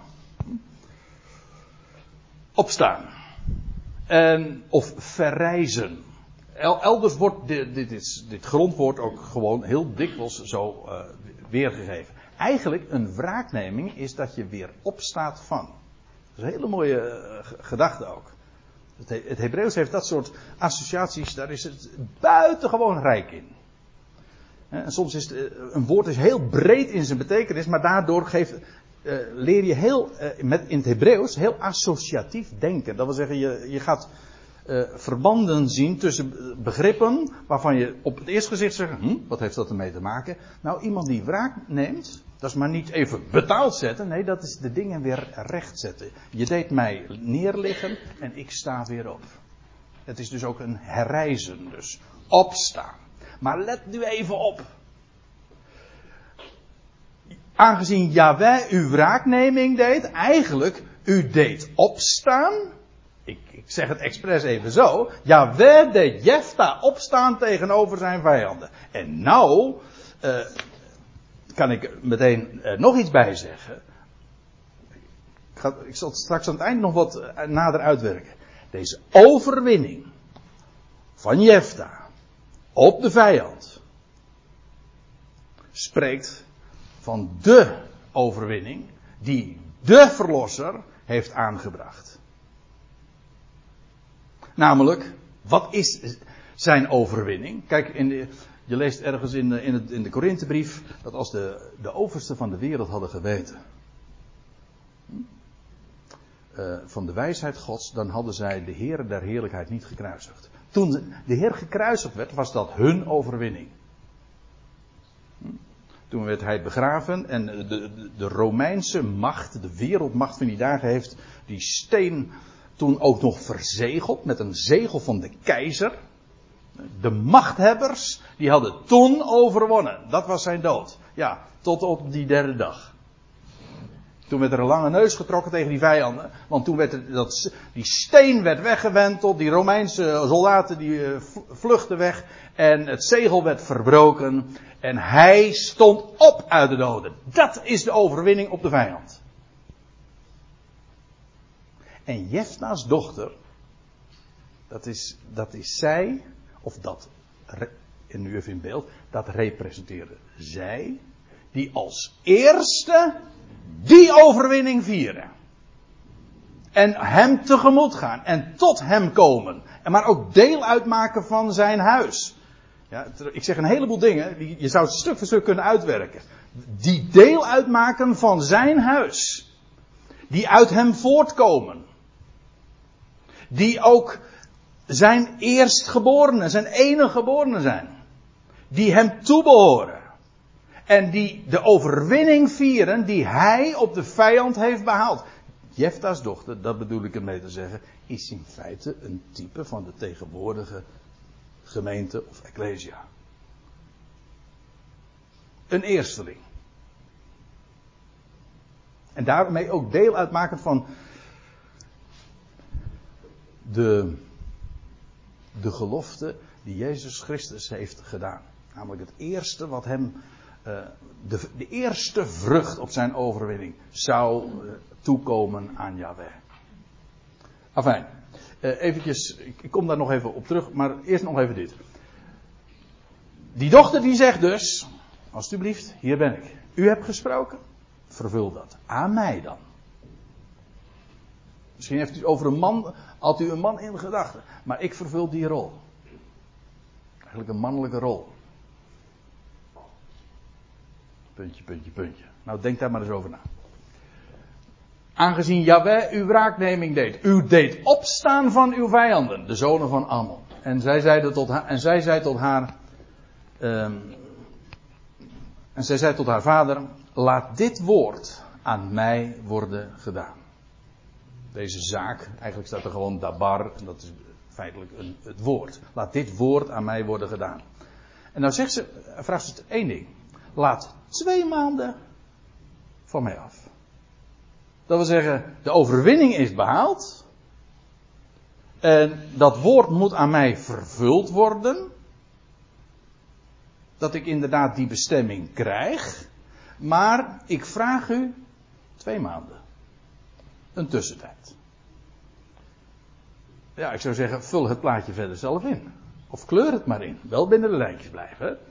Opstaan. En, of verrijzen. El, elders wordt dit, dit, dit, dit grondwoord ook gewoon heel dikwijls zo uh, weergegeven. Eigenlijk een wraakneming is dat je weer opstaat van. Dat is een hele mooie uh, gedachte ook. Het, He- het Hebreeuws heeft dat soort associaties, daar is het buitengewoon rijk in. En soms is het, een woord is heel breed in zijn betekenis, maar daardoor geeft, uh, leer je heel, uh, met, in het Hebreeuws heel associatief denken. Dat wil zeggen, je, je gaat uh, verbanden zien tussen begrippen waarvan je op het eerste gezicht zegt, hm, wat heeft dat ermee te maken? Nou, iemand die wraak neemt, dat is maar niet even betaald zetten, nee, dat is de dingen weer recht zetten. Je deed mij neerliggen en ik sta weer op. Het is dus ook een herrijzen, dus opstaan. Maar let nu even op. Aangezien Yahweh uw wraakneming deed, eigenlijk u deed opstaan. Ik, ik zeg het expres even zo. Yahweh deed Jefta opstaan tegenover zijn vijanden. En nou uh, kan ik meteen uh, nog iets bij zeggen. Ik, ga, ik zal het straks aan het eind nog wat uh, nader uitwerken. Deze overwinning van Jefta op de vijand spreekt van de overwinning die de verlosser heeft aangebracht. Namelijk, wat is zijn overwinning? Kijk, in de, je leest ergens in de, in het, in de Korinthebrief dat als de, de oversten van de wereld hadden geweten uh, van de wijsheid Gods, dan hadden zij de Heere der heerlijkheid niet gekruisigd. Toen de Heer gekruisigd werd, was dat hun overwinning. Toen werd hij begraven en de, de, de Romeinse macht, de wereldmacht van die dagen, heeft die steen toen ook nog verzegeld met een zegel van de keizer. De machthebbers, die hadden toen overwonnen. Dat was zijn dood. Ja, tot op die derde dag. Toen werd er een lange neus getrokken tegen die vijanden. Want toen werd er, dat, die steen werd weggewenteld. Die Romeinse soldaten die uh, vluchtten weg. En het zegel werd verbroken. En hij stond op uit de doden. Dat is de overwinning op de vijand. En Jefta's dochter. Dat is, dat is zij. Of dat. En nu even in beeld. Dat representeerde zij. Die als eerste die overwinning vieren. En hem tegemoet gaan. En tot hem komen. En maar ook deel uitmaken van zijn huis. Ja, ik zeg een heleboel dingen. Die, je zou het stuk voor stuk kunnen uitwerken. Die deel uitmaken van zijn huis. Die uit hem voortkomen. Die ook zijn eerstgeborenen, zijn enige geborenen zijn. Die hem toebehoren. En die de overwinning vieren die hij op de vijand heeft behaald. Jefta's dochter, dat bedoel ik ermee te zeggen, is in feite een type van de tegenwoordige gemeente of ecclesia. Een eersteling. En daarmee ook deel uitmakend van de, de gelofte die Jezus Christus heeft gedaan. Namelijk het eerste wat hem, uh, de, de eerste vrucht op zijn overwinning zou uh, toekomen aan Yahweh. Afijn, uh, eventjes, ik, ik kom daar nog even op terug, maar eerst nog even dit. Die dochter die zegt dus, alstublieft, hier ben ik. U hebt gesproken, vervul dat. Aan mij dan. Misschien heeft u over een man, had u een man in gedachten, maar ik vervul die rol. Eigenlijk een mannelijke rol. Puntje, puntje, puntje. Nou, denk daar maar eens over na. Aangezien Yahweh uw wraakneming deed. U deed opstaan van uw vijanden, de zonen van Ammon. En zij zeiden tot haar, en zij zei tot haar, um, en zij zei tot haar vader, laat dit woord aan mij worden gedaan. Deze zaak, eigenlijk staat er gewoon dabar, en dat is feitelijk een, het woord. Laat dit woord aan mij worden gedaan. En nou zegt ze, vraagt ze één ding. Laat twee maanden van mij af. Dat wil zeggen, de overwinning is behaald. En dat woord moet aan mij vervuld worden. dat ik inderdaad die bestemming krijg. Maar ik vraag u twee maanden. Een tussentijd. Ja, ik zou zeggen, vul het plaatje verder zelf in. Of kleur het maar in. Wel binnen de lijntjes blijven. Hè?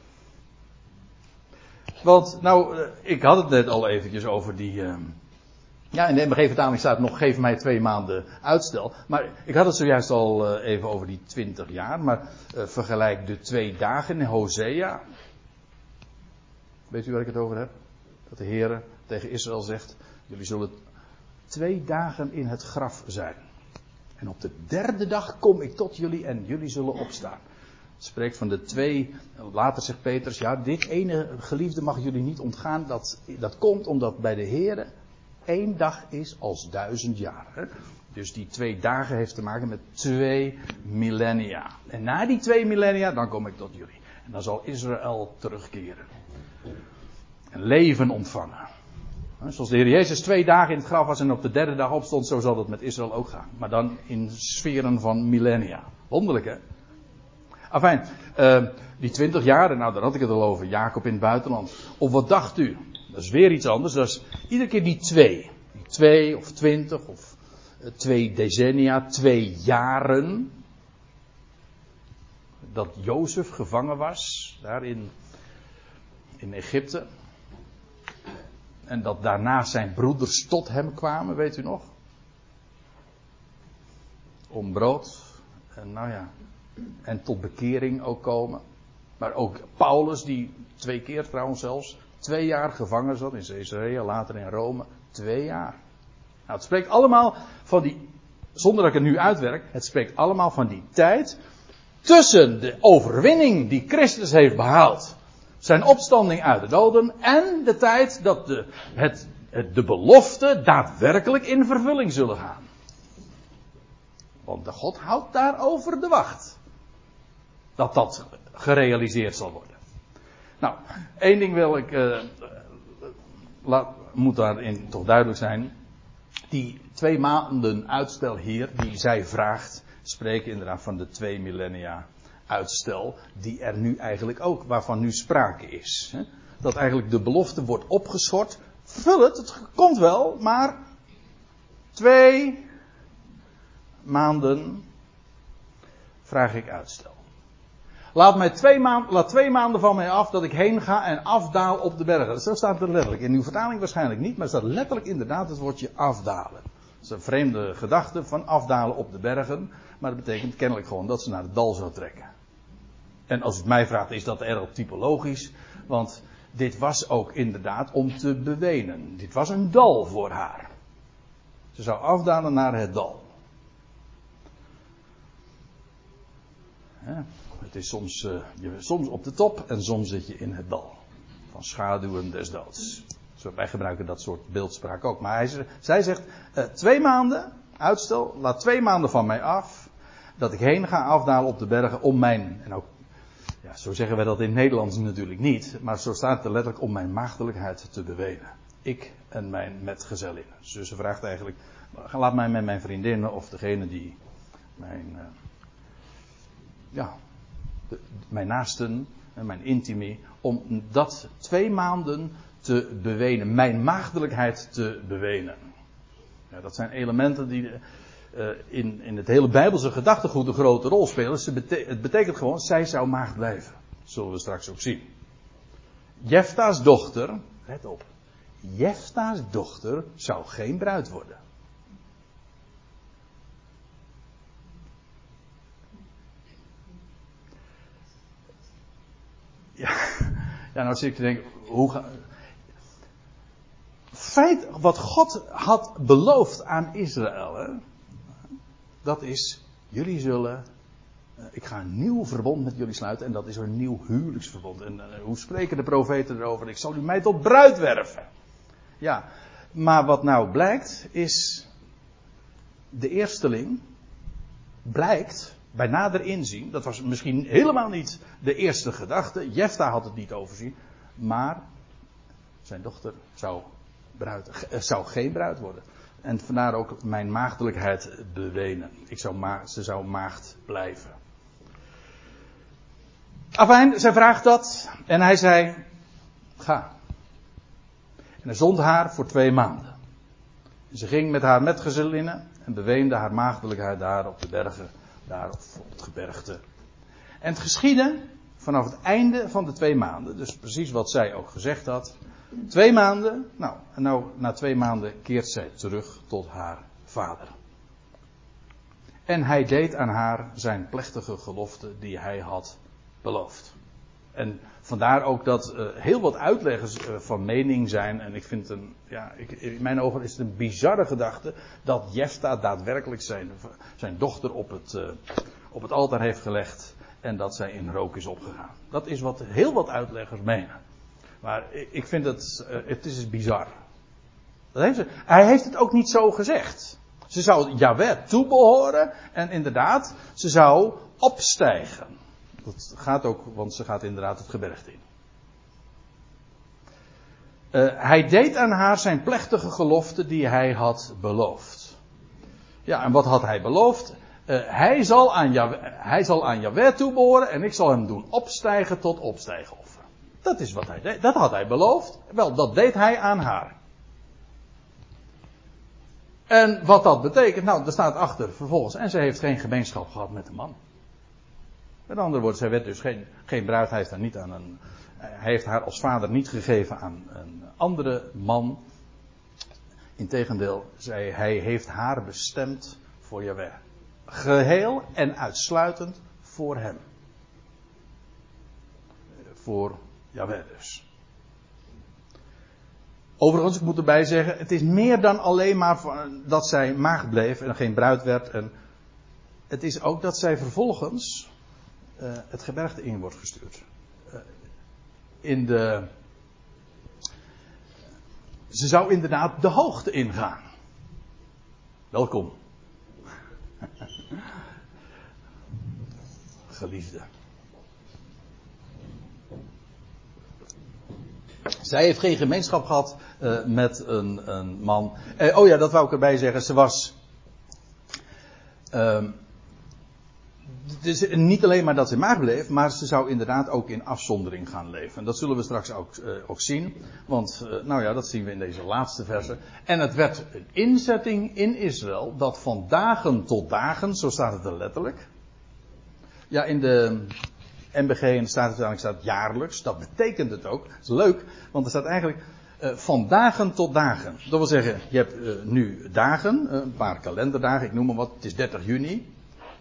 Want, nou, ik had het net al eventjes over die... Uh, ja, in de M G vertaling staat nog, geef mij twee maanden uitstel. Maar ik had het zojuist al uh, even over die twintig jaar. Maar uh, vergelijk de twee dagen in Hosea. Weet u waar ik het over heb? Dat de Heer tegen Israël zegt, jullie zullen twee dagen in het graf zijn. En op de derde dag kom ik tot jullie en jullie zullen opstaan. Het spreekt van de twee, later zegt Petrus, ja, dit ene geliefde mag jullie niet ontgaan. Dat, dat komt omdat bij de Heer één dag is als duizend jaar. Hè? Dus die twee dagen heeft te maken met twee millennia. En na die twee millennia, dan kom ik tot jullie. En dan zal Israël terugkeren. En leven ontvangen. Zoals de Heer Jezus twee dagen in het graf was en op de derde dag opstond, zo zal dat met Israël ook gaan. Maar dan in sferen van millennia. Wonderlijk, hè? Afijn, uh, die twintig jaar, nou daar had ik het al over, Jacob in het buitenland. Of wat dacht u? Dat is weer iets anders. Dat is iedere keer die twee. Die twee of twintig of uh, twee decennia, twee jaren. Dat Jozef gevangen was, daar in, in Egypte. En dat daarna zijn broeders tot hem kwamen, weet u nog? Om brood. En nou ja. En tot bekering ook komen. Maar ook Paulus, die twee keer trouwens zelfs. Twee jaar gevangen zat in Caesarea, later in Rome. Twee jaar. Nou, het spreekt allemaal van die. Zonder dat ik het nu uitwerk. Het spreekt allemaal van die tijd. Tussen de overwinning die Christus heeft behaald. Zijn opstanding uit de doden en de tijd dat de, het, het, de beloften daadwerkelijk in vervulling zullen gaan. Want de God houdt daarover de wacht. Dat dat gerealiseerd zal worden. Nou, één ding wil ik, uh, laat, moet daarin toch duidelijk zijn. Die twee maanden uitstel hier, die zij vraagt, spreken inderdaad van de twee millennia uitstel, die er nu eigenlijk ook, waarvan nu sprake is. Hè? Dat eigenlijk de belofte wordt opgeschort. Vul het, het komt wel, maar twee maanden vraag ik uitstel. Laat, mij twee maanden, laat twee maanden van mij af dat ik heen ga en afdaal op de bergen. Zo staat het er letterlijk. In uw vertaling waarschijnlijk niet, maar er staat letterlijk inderdaad het woordje afdalen. Dat is een vreemde gedachte van afdalen op de bergen. Maar dat betekent kennelijk gewoon dat ze naar het dal zou trekken. En als het mij vraagt, is dat erg typologisch. Want dit was ook inderdaad om te bewenen. Dit was een dal voor haar. Ze zou afdalen naar het dal. Ja, het is soms, uh, je, soms op de top en soms zit je in het dal. Van schaduwen des doods. Zo, wij gebruiken dat soort beeldspraak ook. Maar hij, zij zegt, uh, twee maanden uitstel, laat twee maanden van mij af. Dat ik heen ga afdalen op de bergen om mijn, en ook, ja, zo zeggen wij dat in het Nederlands natuurlijk niet. Maar zo staat het er letterlijk om mijn maagdelijkheid te bewenen. Ik en mijn metgezellinnen. Dus ze vraagt eigenlijk, laat mij met mijn vriendinnen of degene die mijn, uh, ja, de, mijn naasten en mijn intimi, om dat twee maanden te bewenen. Mijn maagdelijkheid te bewenen. Ja, dat zijn elementen die uh, in, in het hele Bijbelse gedachtegoed een grote rol spelen. Ze bete- het betekent gewoon, zij zou maagd blijven. Dat zullen we straks ook zien. Jefta's dochter, let op. Jefta's dochter zou geen bruid worden. Ja, ja nou zit ik te denken, hoe ga... Feit, wat God had beloofd aan Israël, hè, dat is, jullie zullen, uh, ik ga een nieuw verbond met jullie sluiten en dat is een nieuw huwelijksverbond. En uh, hoe spreken de profeten erover? Ik zal u mij tot bruid werven. Ja, maar wat nou blijkt is, de eersteling blijkt bij nader inzien, dat was misschien helemaal niet de eerste gedachte, Jefta had het niet overzien, maar zijn dochter zou, bruid, zou geen bruid worden. En vandaar ook mijn maagdelijkheid bewenen. Ik zou ma- ze zou maagd blijven. Afijn, zij vraagt dat. En hij zei, ga. En hij zond haar voor twee maanden. En ze ging met haar metgezelinnen en beweende haar maagdelijkheid daar op de bergen, daar op het gebergte. En het geschiedde vanaf het einde van de twee maanden, dus precies wat zij ook gezegd had. Twee maanden, nou, en nou na twee maanden keert zij terug tot haar vader. En hij deed aan haar zijn plechtige gelofte die hij had beloofd. En vandaar ook dat uh, heel wat uitleggers uh, van mening zijn. En ik vind het een, ja, ik, in mijn ogen is het een bizarre gedachte dat Jefta daadwerkelijk zijn, zijn dochter op het, uh, op het altaar heeft gelegd. En dat zij in rook is opgegaan. Dat is wat heel wat uitleggers menen. Maar ik, ik vind het, uh, het is bizar. Dat heeft ze, hij heeft het ook niet zo gezegd. Ze zou Jahweh toebehoren en inderdaad, ze zou opstijgen. Dat gaat ook, want ze gaat inderdaad het gebergte in. Uh, hij deed aan haar zijn plechtige gelofte die hij had beloofd. Ja, en wat had hij beloofd? Uh, hij, zal aan Jahweh, hij zal aan Jahweh toebehoren en ik zal hem doen opstijgen tot opstijgoffer. Dat is wat hij deed. Dat had hij beloofd. Wel, dat deed hij aan haar. En wat dat betekent, nou, daar staat achter vervolgens. En ze heeft geen gemeenschap gehad met de man. Met andere woorden, zij werd dus geen, geen bruid. Hij heeft haar niet aan een, hij heeft haar als vader niet gegeven aan een andere man. Integendeel, zij, hij heeft haar bestemd voor Jahweh. Geheel en uitsluitend voor hem. Voor Jahweh dus. Overigens, ik moet erbij zeggen, het is meer dan alleen maar dat zij maagd bleef en geen bruid werd. En het is ook dat zij vervolgens uh, het gebergte in wordt gestuurd. Uh, in de... Ze zou inderdaad de hoogte ingaan. Welkom. Geliefde. Zij heeft geen gemeenschap gehad uh, met een, een man. Uh, oh ja, dat wou ik erbij zeggen. Ze was... Uh, het is niet alleen maar dat ze maagd bleef, maar ze zou inderdaad ook in afzondering gaan leven. En dat zullen we straks ook, uh, ook zien. Want, uh, nou ja, dat zien we in deze laatste verse. En het werd een inzetting in Israël dat van dagen tot dagen, zo staat het er letterlijk. Ja, in de M B G en de Statenvertaling staat jaarlijks. Dat betekent het ook. Dat is leuk, want er staat eigenlijk uh, van dagen tot dagen. Dat wil zeggen, je hebt uh, nu dagen, uh, een paar kalenderdagen, ik noem maar wat. Het is dertig juni.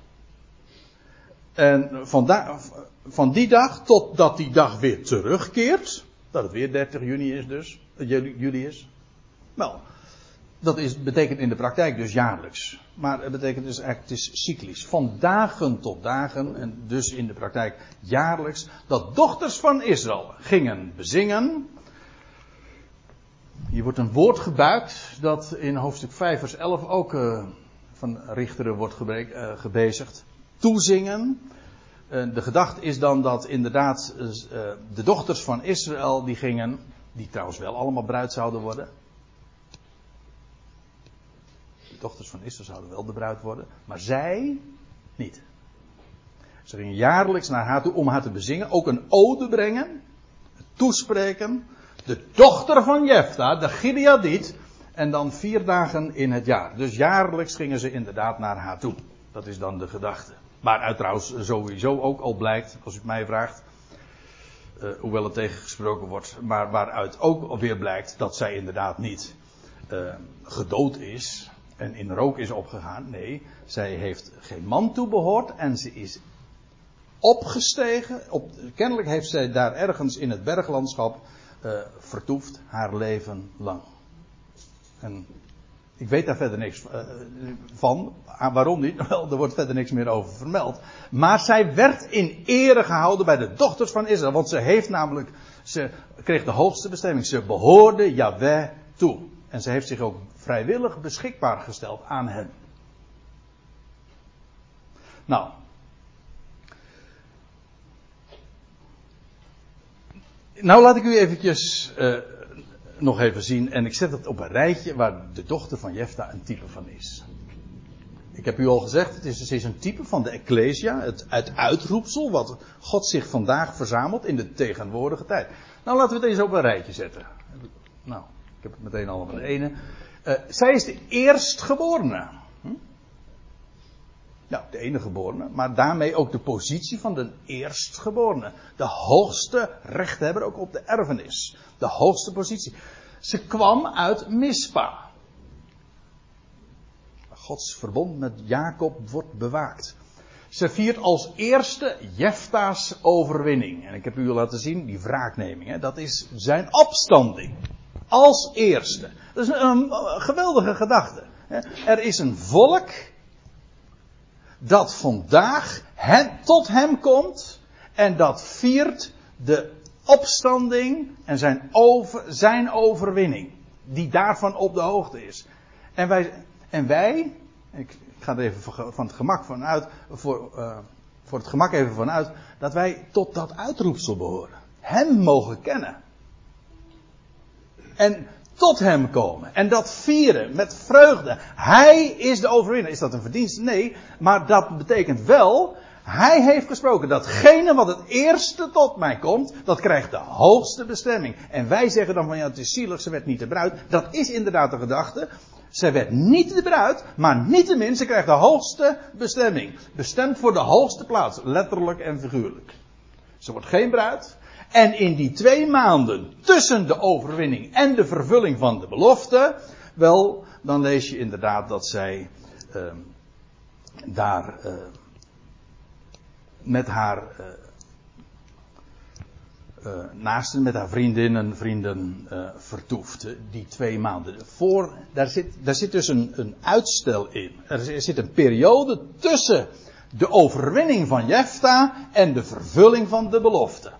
En van, da- van die dag totdat die dag weer terugkeert, dat het weer dertig juni is dus, juli, juli is. Wel, dat is, betekent in de praktijk dus jaarlijks. Maar het betekent dus eigenlijk, het is cyclisch. Van dagen tot dagen, en dus in de praktijk jaarlijks, dat dochters van Israël gingen bezingen. Hier wordt een woord gebruikt dat in hoofdstuk vijf vers elf ook uh, van Richteren wordt gebe- uh, gebezigd. Toezingen. Uh, de gedachte is dan dat inderdaad uh, de dochters van Israël die gingen, die trouwens wel allemaal bruid zouden worden. De dochters van Israël zouden wel de bruid worden, maar zij niet. Ze gingen jaarlijks naar haar toe om haar te bezingen, ook een ode brengen, toespreken. De dochter van Jefta, de Gileadiet, en dan vier dagen in het jaar. Dus jaarlijks gingen ze inderdaad naar haar toe. Dat is dan de gedachte. Waaruit trouwens sowieso ook al blijkt, als u het mij vraagt, uh, hoewel het tegengesproken wordt, maar waaruit ook alweer blijkt dat zij inderdaad niet uh, gedood is en in rook is opgegaan. Nee, zij heeft geen man toebehoord en ze is opgestegen. Op, kennelijk heeft zij daar ergens in het berglandschap uh, vertoefd haar leven lang. En ik weet daar verder niks uh, van. Waarom niet? Wel, er wordt verder niks meer over vermeld. Maar zij werd in ere gehouden bij de dochters van Israël. Want ze heeft namelijk, ze kreeg de hoogste bestemming. Ze behoorde Jahweh toe. En ze heeft zich ook vrijwillig beschikbaar gesteld aan hem. Nou. Nou laat ik u eventjes uh, nog even zien. En ik zet het op een rijtje waar de dochter van Jefta een type van is. Ik heb u al gezegd, het is, het is een type van de Ecclesia, het, het uitroepsel wat God zich vandaag verzamelt in de tegenwoordige tijd. Nou, laten we het eens op een rijtje zetten. Nou, ik heb het meteen al op de ene. Uh, zij is de eerstgeborene. Hm? Ja, de enige geborene, maar daarmee ook de positie van de eerstgeborene. De hoogste rechthebber ook op de erfenis. De hoogste positie. Ze kwam uit Mispa. Gods verbond met Jacob wordt bewaakt. Ze viert als eerste Jefta's overwinning. En ik heb u laten zien, die wraakneming, hè, dat is zijn opstanding. Als eerste. Dat is een, een geweldige gedachte. Hè. Er is een volk dat vandaag hen, tot hem komt en dat viert de opstanding en zijn, over, zijn overwinning. Die daarvan op de hoogte is. En wij... En wij, ik ga er even van het gemak vanuit, voor, uh, voor het gemak even vanuit, dat wij tot dat uitroepsel behoren. Hem mogen kennen. En tot hem komen. En dat vieren met vreugde. Hij is de overwinnaar. Is dat een verdienste? Nee. Maar dat betekent wel, hij heeft gesproken. Datgene wat het eerste tot mij komt, dat krijgt de hoogste bestemming. En wij zeggen dan van ja, het is zielig, ze werd niet de bruid. Dat is inderdaad de gedachte. Zij werd niet de bruid, maar niettemin, ze krijgt de hoogste bestemming. Bestemd voor de hoogste plaats, letterlijk en figuurlijk. Ze wordt geen bruid. En in die twee maanden tussen de overwinning en de vervulling van de belofte, wel, dan lees je inderdaad dat zij uh, daar uh, met haar uh, uh, naasten, met haar vriendinnen, vrienden uh, vertoeft. Die twee maanden. Voor, daar, zit, daar zit dus een, een uitstel in. Er zit een periode tussen de overwinning van Jefta en de vervulling van de belofte.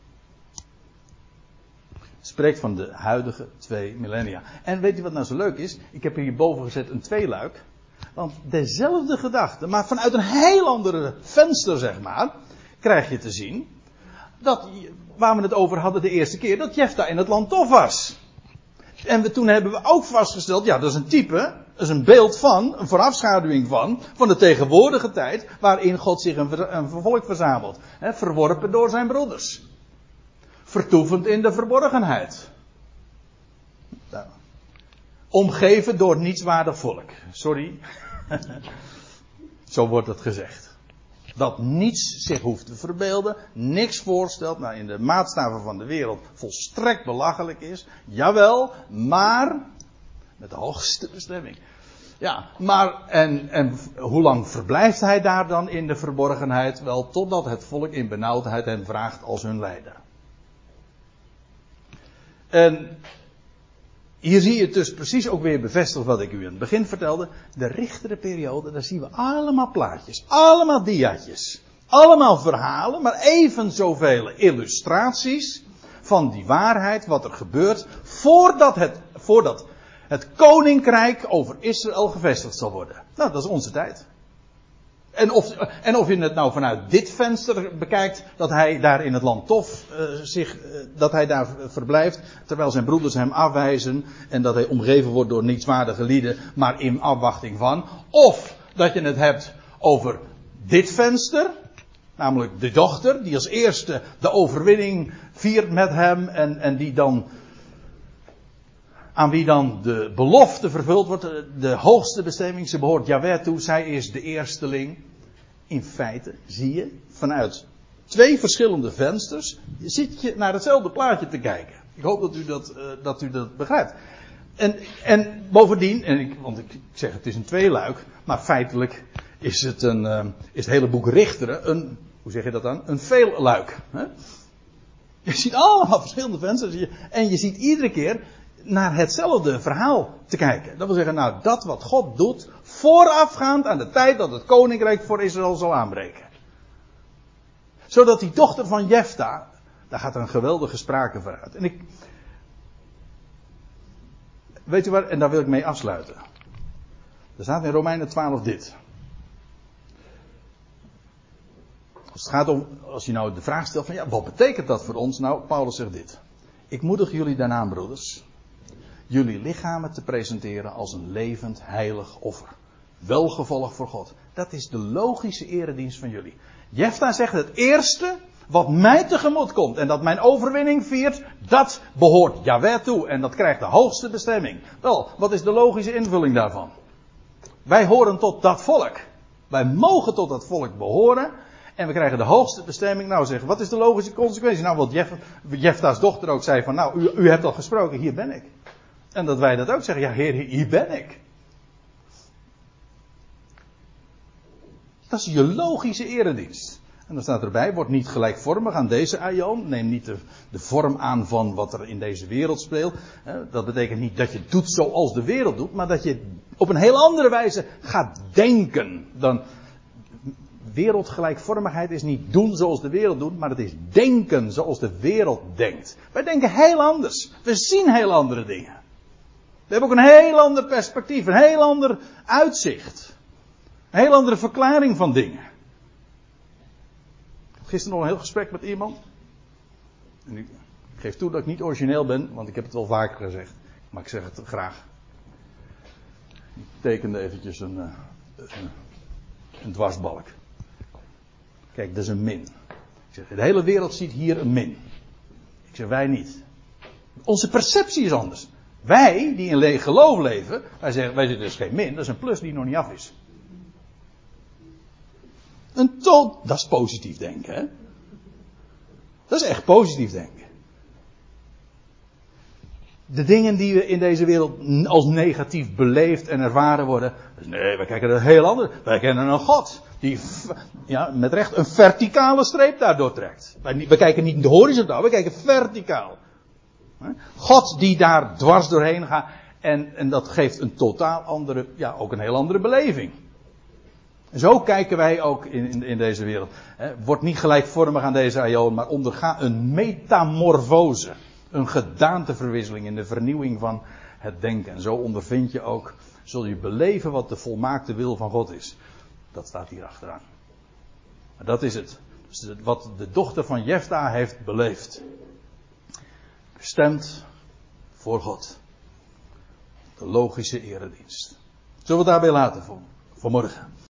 Het spreekt van de huidige twee millennia. En weet u wat nou zo leuk is? Ik heb hierboven gezet een tweeluik. Want dezelfde gedachte, maar vanuit een heel andere venster, zeg maar, krijg je te zien dat, waar we het over hadden de eerste keer, dat Jefta in het land Tof was. En we, toen hebben we ook vastgesteld, ja, dat is een type, dat is een beeld van, een voorafschaduwing van, van de tegenwoordige tijd, waarin God zich een, een volk verzamelt. Hè, verworpen door zijn broeders. Vertoevend in de verborgenheid. Nou, omgeven door nietswaardig volk. Sorry. Zo wordt het gezegd. Dat niets zich hoeft te verbeelden. Niks voorstelt. Nou, in de maatstaven van de wereld volstrekt belachelijk is. Jawel, maar met de hoogste bestemming. Ja, maar en, en hoe lang verblijft hij daar dan in de verborgenheid? Wel, totdat het volk in benauwdheid hem vraagt als hun leider. En hier zie je dus precies ook weer bevestigd wat ik u in het begin vertelde. De richtere periode, daar zien we allemaal plaatjes. Allemaal diaatjes. Allemaal verhalen, maar even zoveel illustraties van die waarheid, wat er gebeurt, voordat het, voordat het koninkrijk over Israël gevestigd zal worden. Nou, dat is onze tijd. En of, en of je het nou vanuit dit venster bekijkt, dat hij daar in het land Tof uh, zich, uh, dat hij daar verblijft, terwijl zijn broeders hem afwijzen en dat hij omgeven wordt door nietswaardige lieden, maar in afwachting van. Of dat je het hebt over dit venster, namelijk de dochter, die als eerste de overwinning viert met hem en, en die dan, aan wie dan de belofte vervuld wordt, de hoogste bestemming, ze behoort Jahweh toe, zij is de eersteling. In feite zie je vanuit twee verschillende vensters, zit je naar hetzelfde plaatje te kijken. Ik hoop dat u dat, uh, dat, u dat begrijpt. En, en bovendien, en ik, want ik zeg het is een tweeluik, maar feitelijk is het, een, uh, is het hele boek Richteren een, hoe zeg je dat dan, een veelluik. Hè? Je ziet allemaal verschillende vensters en je ziet iedere keer naar hetzelfde verhaal te kijken. Dat wil zeggen, nou, dat wat God doet, voorafgaand aan de tijd dat het koninkrijk voor Israël zal aanbreken. Zodat die dochter van Jefta, daar gaat een geweldige sprake voor uit. En ik, weet u waar, en daar wil ik mee afsluiten. Er staat in Romeinen twaalf dit. Als het gaat om, als je nou de vraag stelt van, ja, wat betekent dat voor ons? Nou, Paulus zegt dit. Ik moedig jullie daarna, broeders, jullie lichamen te presenteren als een levend heilig offer. welgevallig voor God. Dat is de logische eredienst van jullie. Jefta zegt het eerste wat mij tegemoet komt en dat mijn overwinning viert, dat behoort Jahweh toe en dat krijgt de hoogste bestemming. Wel, wat is de logische invulling daarvan? Wij horen tot dat volk. Wij mogen tot dat volk behoren en we krijgen de hoogste bestemming. Nou zeg, wat is de logische consequentie? Nou, wat Jef, Jefta's dochter ook zei van, nou, u, u hebt al gesproken, hier ben ik. En dat wij dat ook zeggen, ja heer, hier ben ik. Dat is je logische eredienst. En dan staat erbij, word niet gelijkvormig aan deze aion. Neem niet de, de vorm aan van wat er in deze wereld speelt. Dat betekent niet dat je het doet zoals de wereld doet, maar dat je op een heel andere wijze gaat denken. Dan, wereldgelijkvormigheid is niet doen zoals de wereld doet, maar het is denken zoals de wereld denkt. Wij denken heel anders. We zien heel andere dingen. We hebben ook een heel ander perspectief, een heel ander uitzicht. Een heel andere verklaring van dingen. Gisteren nog een heel gesprek met iemand. En ik geef toe dat ik niet origineel ben, want ik heb het wel vaker gezegd. Maar ik zeg het graag. Ik tekende eventjes een, een, een dwarsbalk. Kijk, dat is een min. Ik zeg, de hele wereld ziet hier een min. Ik zeg, wij niet. Onze perceptie is anders. Wij, die in leeg geloof leven, wij zeggen, wij zeggen, dat is geen min, dat is een plus die nog niet af is. Een tot, dat is positief denken, hè? Dat is echt positief denken. De dingen die we in deze wereld als negatief beleefd en ervaren worden. Nee, wij kijken er heel anders. Wij kennen een God die ja, met recht een verticale streep daardoor trekt. Wij, wij kijken niet horizontaal, wij kijken verticaal. God die daar dwars doorheen gaat. En, en dat geeft een totaal andere, ja, ook een heel andere beleving. En zo kijken wij ook in, in, in deze wereld. Word niet gelijkvormig aan deze aion, maar onderga een metamorfose. Een gedaanteverwisseling in de vernieuwing van het denken. En zo ondervind je ook, zul je beleven wat de volmaakte wil van God is. Dat staat hier achteraan. Dat is het. Dus wat de dochter van Jefta heeft beleefd. Bestemd voor God. De logische eredienst. Zullen we het daarbij laten voor, voor morgen?